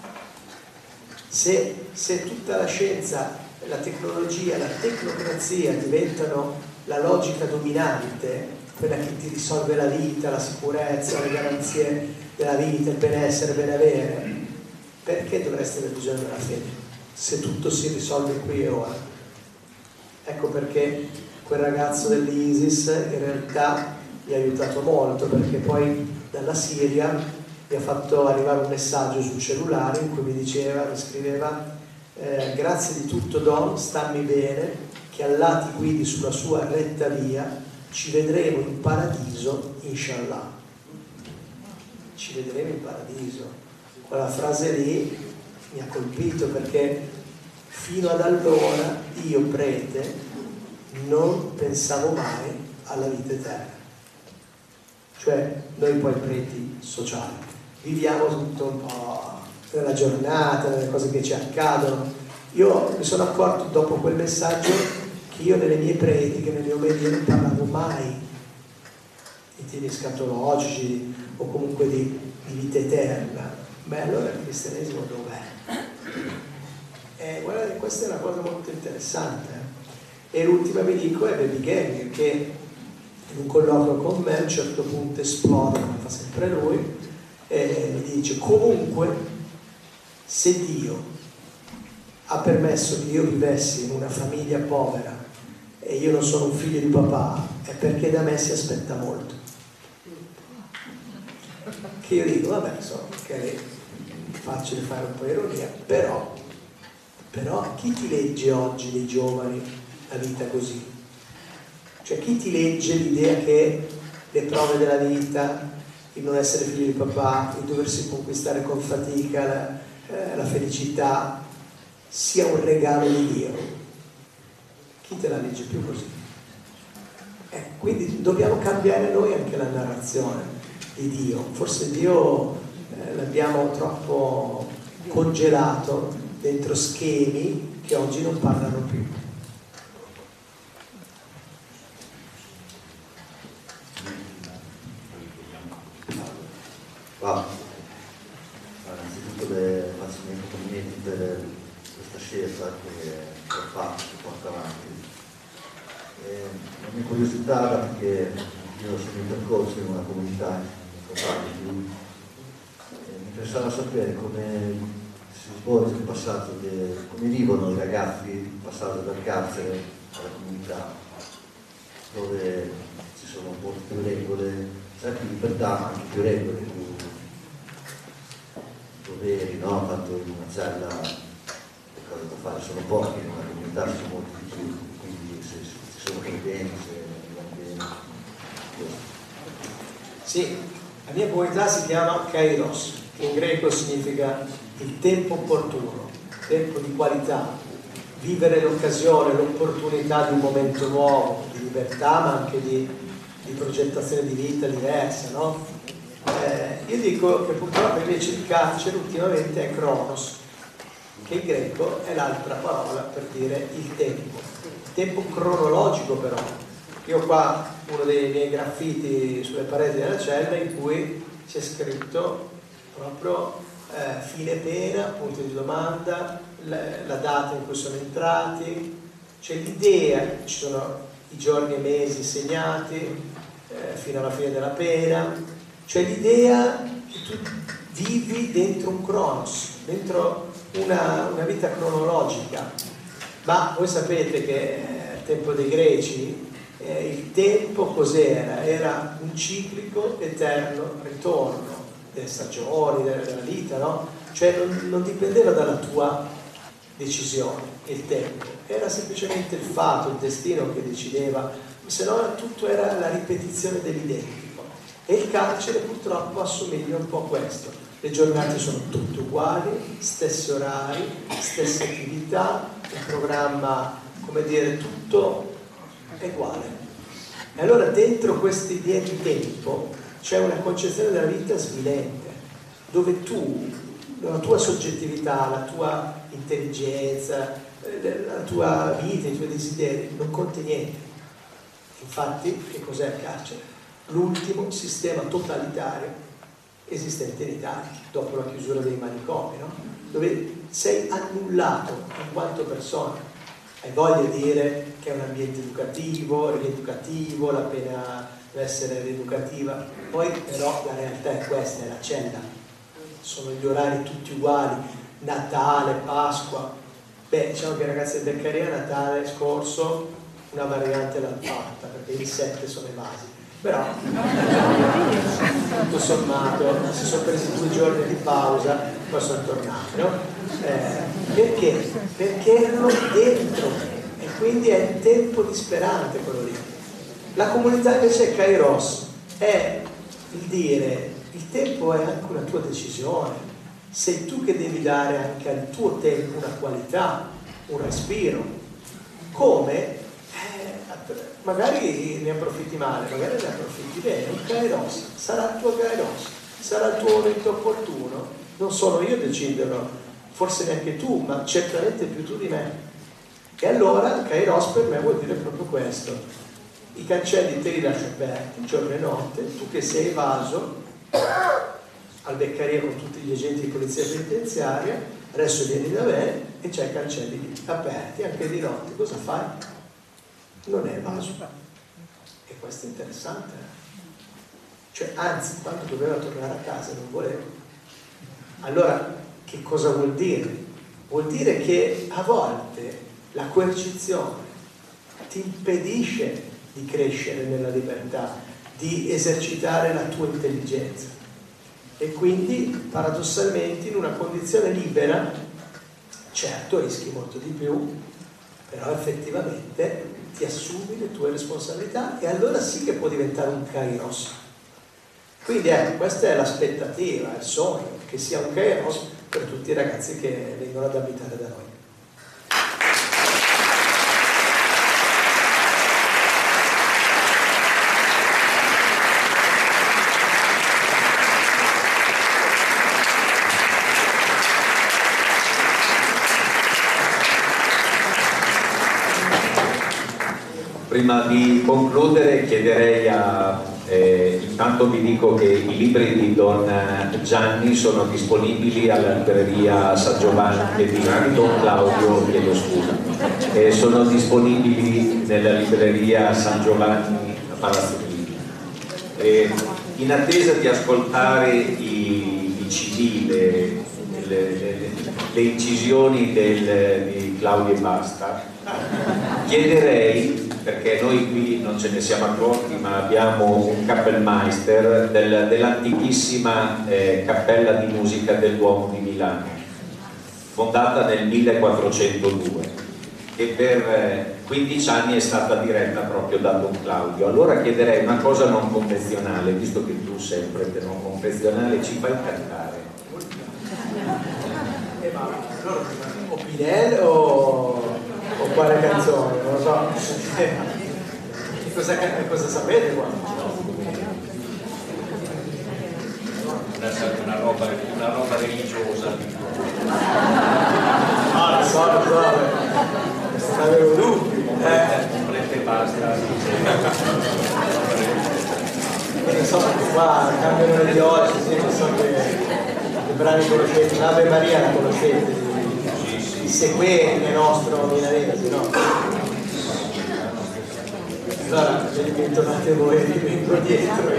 Se tutta la scienza, la tecnologia, la tecnocrazia diventano la logica dominante, quella che ti risolve la vita, la sicurezza, le garanzie della vita, il benessere, il benavere, perché dovresti aver bisogno della fede? Se tutto si risolve qui e ora. Ecco perché quel ragazzo dell'ISIS in realtà mi ha aiutato molto, perché poi dalla Siria mi ha fatto arrivare un messaggio sul cellulare in cui mi scriveva grazie di tutto Don, stammi bene, che Allah ti guidi sulla sua retta via, ci vedremo in paradiso, inshallah. Ci vedremo in paradiso. Quella frase lì mi ha colpito, perché fino ad allora io, prete, non pensavo mai alla vita eterna. Cioè, noi poi preti sociali viviamo tutto un po' nella giornata, nelle cose che ci accadono. Io mi sono accorto dopo quel messaggio che io nelle mie prediche, nelle omelie, non parlavo mai di temi scatologici o comunque di vita eterna. Beh, allora il cristianesimo dov'è? Guardate, questa è una cosa molto interessante. E l'ultima vi dico è Baby Gang, che in un colloquio con me a un certo punto esplode, come fa sempre lui, e mi dice: comunque, se Dio ha permesso che io vivessi in una famiglia povera e io non sono un figlio di papà, è perché da me si aspetta molto. Che io dico, vabbè, insomma, ok, facile fare un po' ironia, però chi ti legge oggi dei giovani la vita così? Cioè, chi ti legge l'idea che le prove della vita, il non essere figlio di papà, il doversi conquistare con fatica la felicità sia un regalo di Dio? Chi te la legge più così? Quindi dobbiamo cambiare noi anche la narrazione di Dio. Forse Dio l'abbiamo troppo congelato dentro schemi che oggi non parlano più. Wow. Innanzitutto faccio i miei complimenti per questa scelta che ho fatto, che porto avanti. La mia curiosità, perché io sono in percorso in una comunità mi interessava sapere come si svolge il passaggio, come vivono i ragazzi il passaggio dal carcere alla comunità, dove ci sono molte più regole, certo libertà, ma anche più regole, più doveri, no? Tanto in una cella le cose da fare sono poche, in una comunità sono molti di più, quindi se ci sono credenti, se va bene. Sì, la mia comunità si chiama Kairos, che in greco significa il tempo opportuno, tempo di qualità, vivere l'occasione, l'opportunità di un momento nuovo, di libertà, ma anche di progettazione di vita diversa, no? Io dico che purtroppo invece il carcere ultimamente è Kronos, che in greco è l'altra parola per dire il tempo cronologico. Però io ho qua uno dei miei graffiti sulle pareti della cella in cui c'è scritto proprio fine pena, punto di domanda, la data in cui sono entrati, c'è l'idea, ci sono i giorni e mesi segnati fino alla fine della pena. Cioè l'idea che tu vivi dentro un cronos, dentro una vita cronologica. Ma voi sapete che al tempo dei Greci il tempo cos'era? Era un ciclico eterno ritorno delle stagioni, della vita, no? Cioè non dipendeva dalla tua decisione il tempo, era semplicemente il fato, il destino che decideva, se no tutto era la ripetizione dell'identico. E il carcere purtroppo assomiglia un po' a questo. Le giornate sono tutte uguali, stessi orari, stesse attività, il programma, come dire, tutto è uguale. E allora dentro questa idea di tempo c'è una concezione della vita svilente, dove tu, la tua soggettività, la tua intelligenza, la tua vita, i tuoi desideri, non conti niente. Infatti, che cos'è il carcere? L'ultimo sistema totalitario esistente in Italia, dopo la chiusura dei manicomi, no? Dove sei annullato in quanto persona. Hai voglia di dire che è un ambiente educativo, rieducativo, la pena deve essere rieducativa, poi però la realtà è questa, è la cella. Sono gli orari tutti uguali, Natale, Pasqua. Beh, diciamo che i ragazzi del Beccaria Natale scorso una variante l'hanno fatta, perché i 7 sono evasi. però tutto sommato si sono presi 2 giorni di pausa, poi sono tornati, no? Perché? Perché erano dentro, e quindi è il tempo disperante quello lì. La comunità invece è Kairos, è il dire il tempo è anche una tua decisione, sei tu che devi dare anche al tuo tempo una qualità, un respiro. Come? Magari ne approfitti male, magari ne approfitti bene. Un Kairos sarà il tuo Kairos, sarà il tuo momento opportuno. Non sono io a deciderlo, forse neanche tu, ma certamente più tu di me. E allora il Kairos per me vuol dire proprio questo: i cancelli te li lascio aperti giorno e notte, tu che sei evaso al Beccaria con tutti gli agenti di polizia penitenziaria, adesso vieni da me e c'hai i cancelli aperti anche di notte. Cosa fai? Non è evaso. E questo è interessante. Cioè, anzi, quando doveva tornare a casa non voleva. Allora, che cosa vuol dire? Vuol dire che a volte la coercizione ti impedisce di crescere nella libertà, di esercitare la tua intelligenza, e quindi paradossalmente in una condizione libera certo rischi molto di più, però effettivamente ti assumi le tue responsabilità, e allora sì che può diventare un Kairos. Quindi ecco, questa è l'aspettativa, il sogno, che sia un Kairos per tutti i ragazzi che vengono ad abitare da noi. Prima di concludere chiederei intanto vi dico che i libri di Don Gianni sono disponibili alla libreria San Giovanni di Don Claudio, chiedo scusa, sono disponibili nella libreria San Giovanni a Palazzo Chigi. In attesa di ascoltare i CD, le incisioni di Claudio e Basta, chiederei, perché noi qui non ce ne siamo accorti, ma abbiamo un Kapellmeister dell'antichissima Cappella di Musica del Duomo di Milano, fondata nel 1402, che per 15 anni è stata diretta proprio da Don Claudio. Allora chiederei una cosa non convenzionale, visto che tu sempre per non convenzionale ci fai cantare. O Pinel o quale canzone, non lo so. Cosa sapete qua? Una roba religiosa. Ah, lo so, avevo dubbi. Complete e basta. Non so perché qua cambiano le diocesi, non so che brani conoscete, l'Ave Maria la conoscete, il Sequeni è nostro milanese, no? Allora, mi intonate voi e vengo dietro.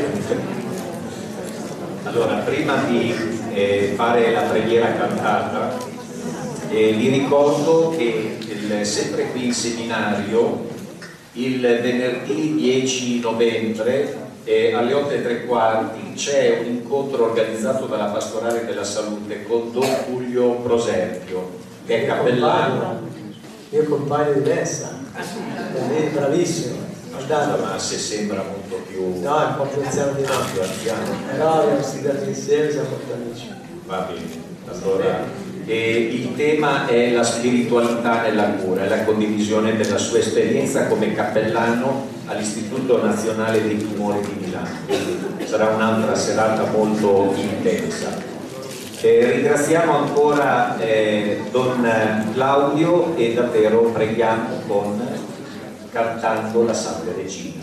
Allora, prima di fare la preghiera cantata, vi ricordo che sempre qui in seminario, il venerdì 10 novembre alle 8:15 c'è un incontro organizzato dalla Pastorale della Salute con Don Giulio Proserpio, che è cappellano. Mio compagno di messa, bravissimo. Ma se sembra molto più... No, è un po' più anziano di noi. Più anziano. Però abbiamo studiato insieme, siamo molto amici. Va bene. Allora, il tema è la spiritualità nella cura, è la condivisione della sua esperienza come cappellano all'Istituto Nazionale dei Tumori di Milano. Quindi sarà un'altra serata molto intensa. Ringraziamo ancora Don Claudio e davvero preghiamo cantando la Salve Regina.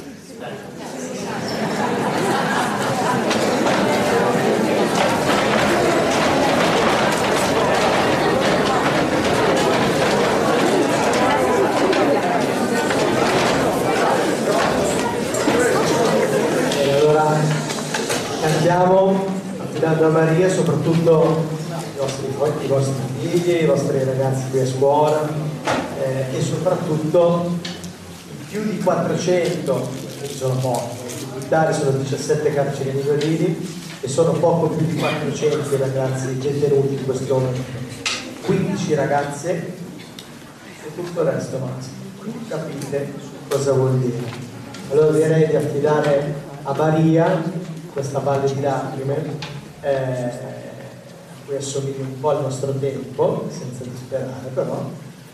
E allora cantiamo affidando a Maria soprattutto i vostri figli, i vostri ragazzi qui a scuola e soprattutto più di 400, sono pochi, militari, sono 17 carceri minorili e sono poco più di 400 ragazzi detenuti in questo momento, 15 ragazze e tutto il resto maschio. Quindi capite cosa vuol dire. Allora direi di affidare a Maria questa valle di lacrime, a cui assomiglia un po' al nostro tempo, senza disperare però,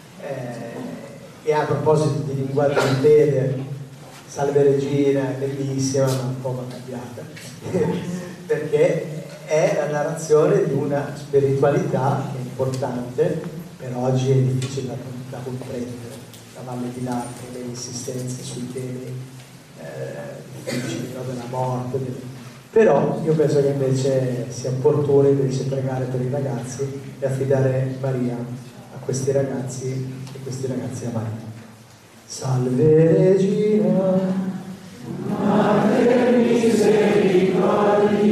e a proposito di linguaggio di fede, Salve Regina, bellissima, ma un po' cambiata, perché è la narrazione di una spiritualità che è importante, per oggi è difficile da comprendere, la valle di lacrime, le insistenze sui temi difficili, no, della morte, però io penso che invece sia opportuno invece pregare per i ragazzi e affidare Maria a questi ragazzi e questi ragazzi a Maria. Salve Regina, Madre misericordia.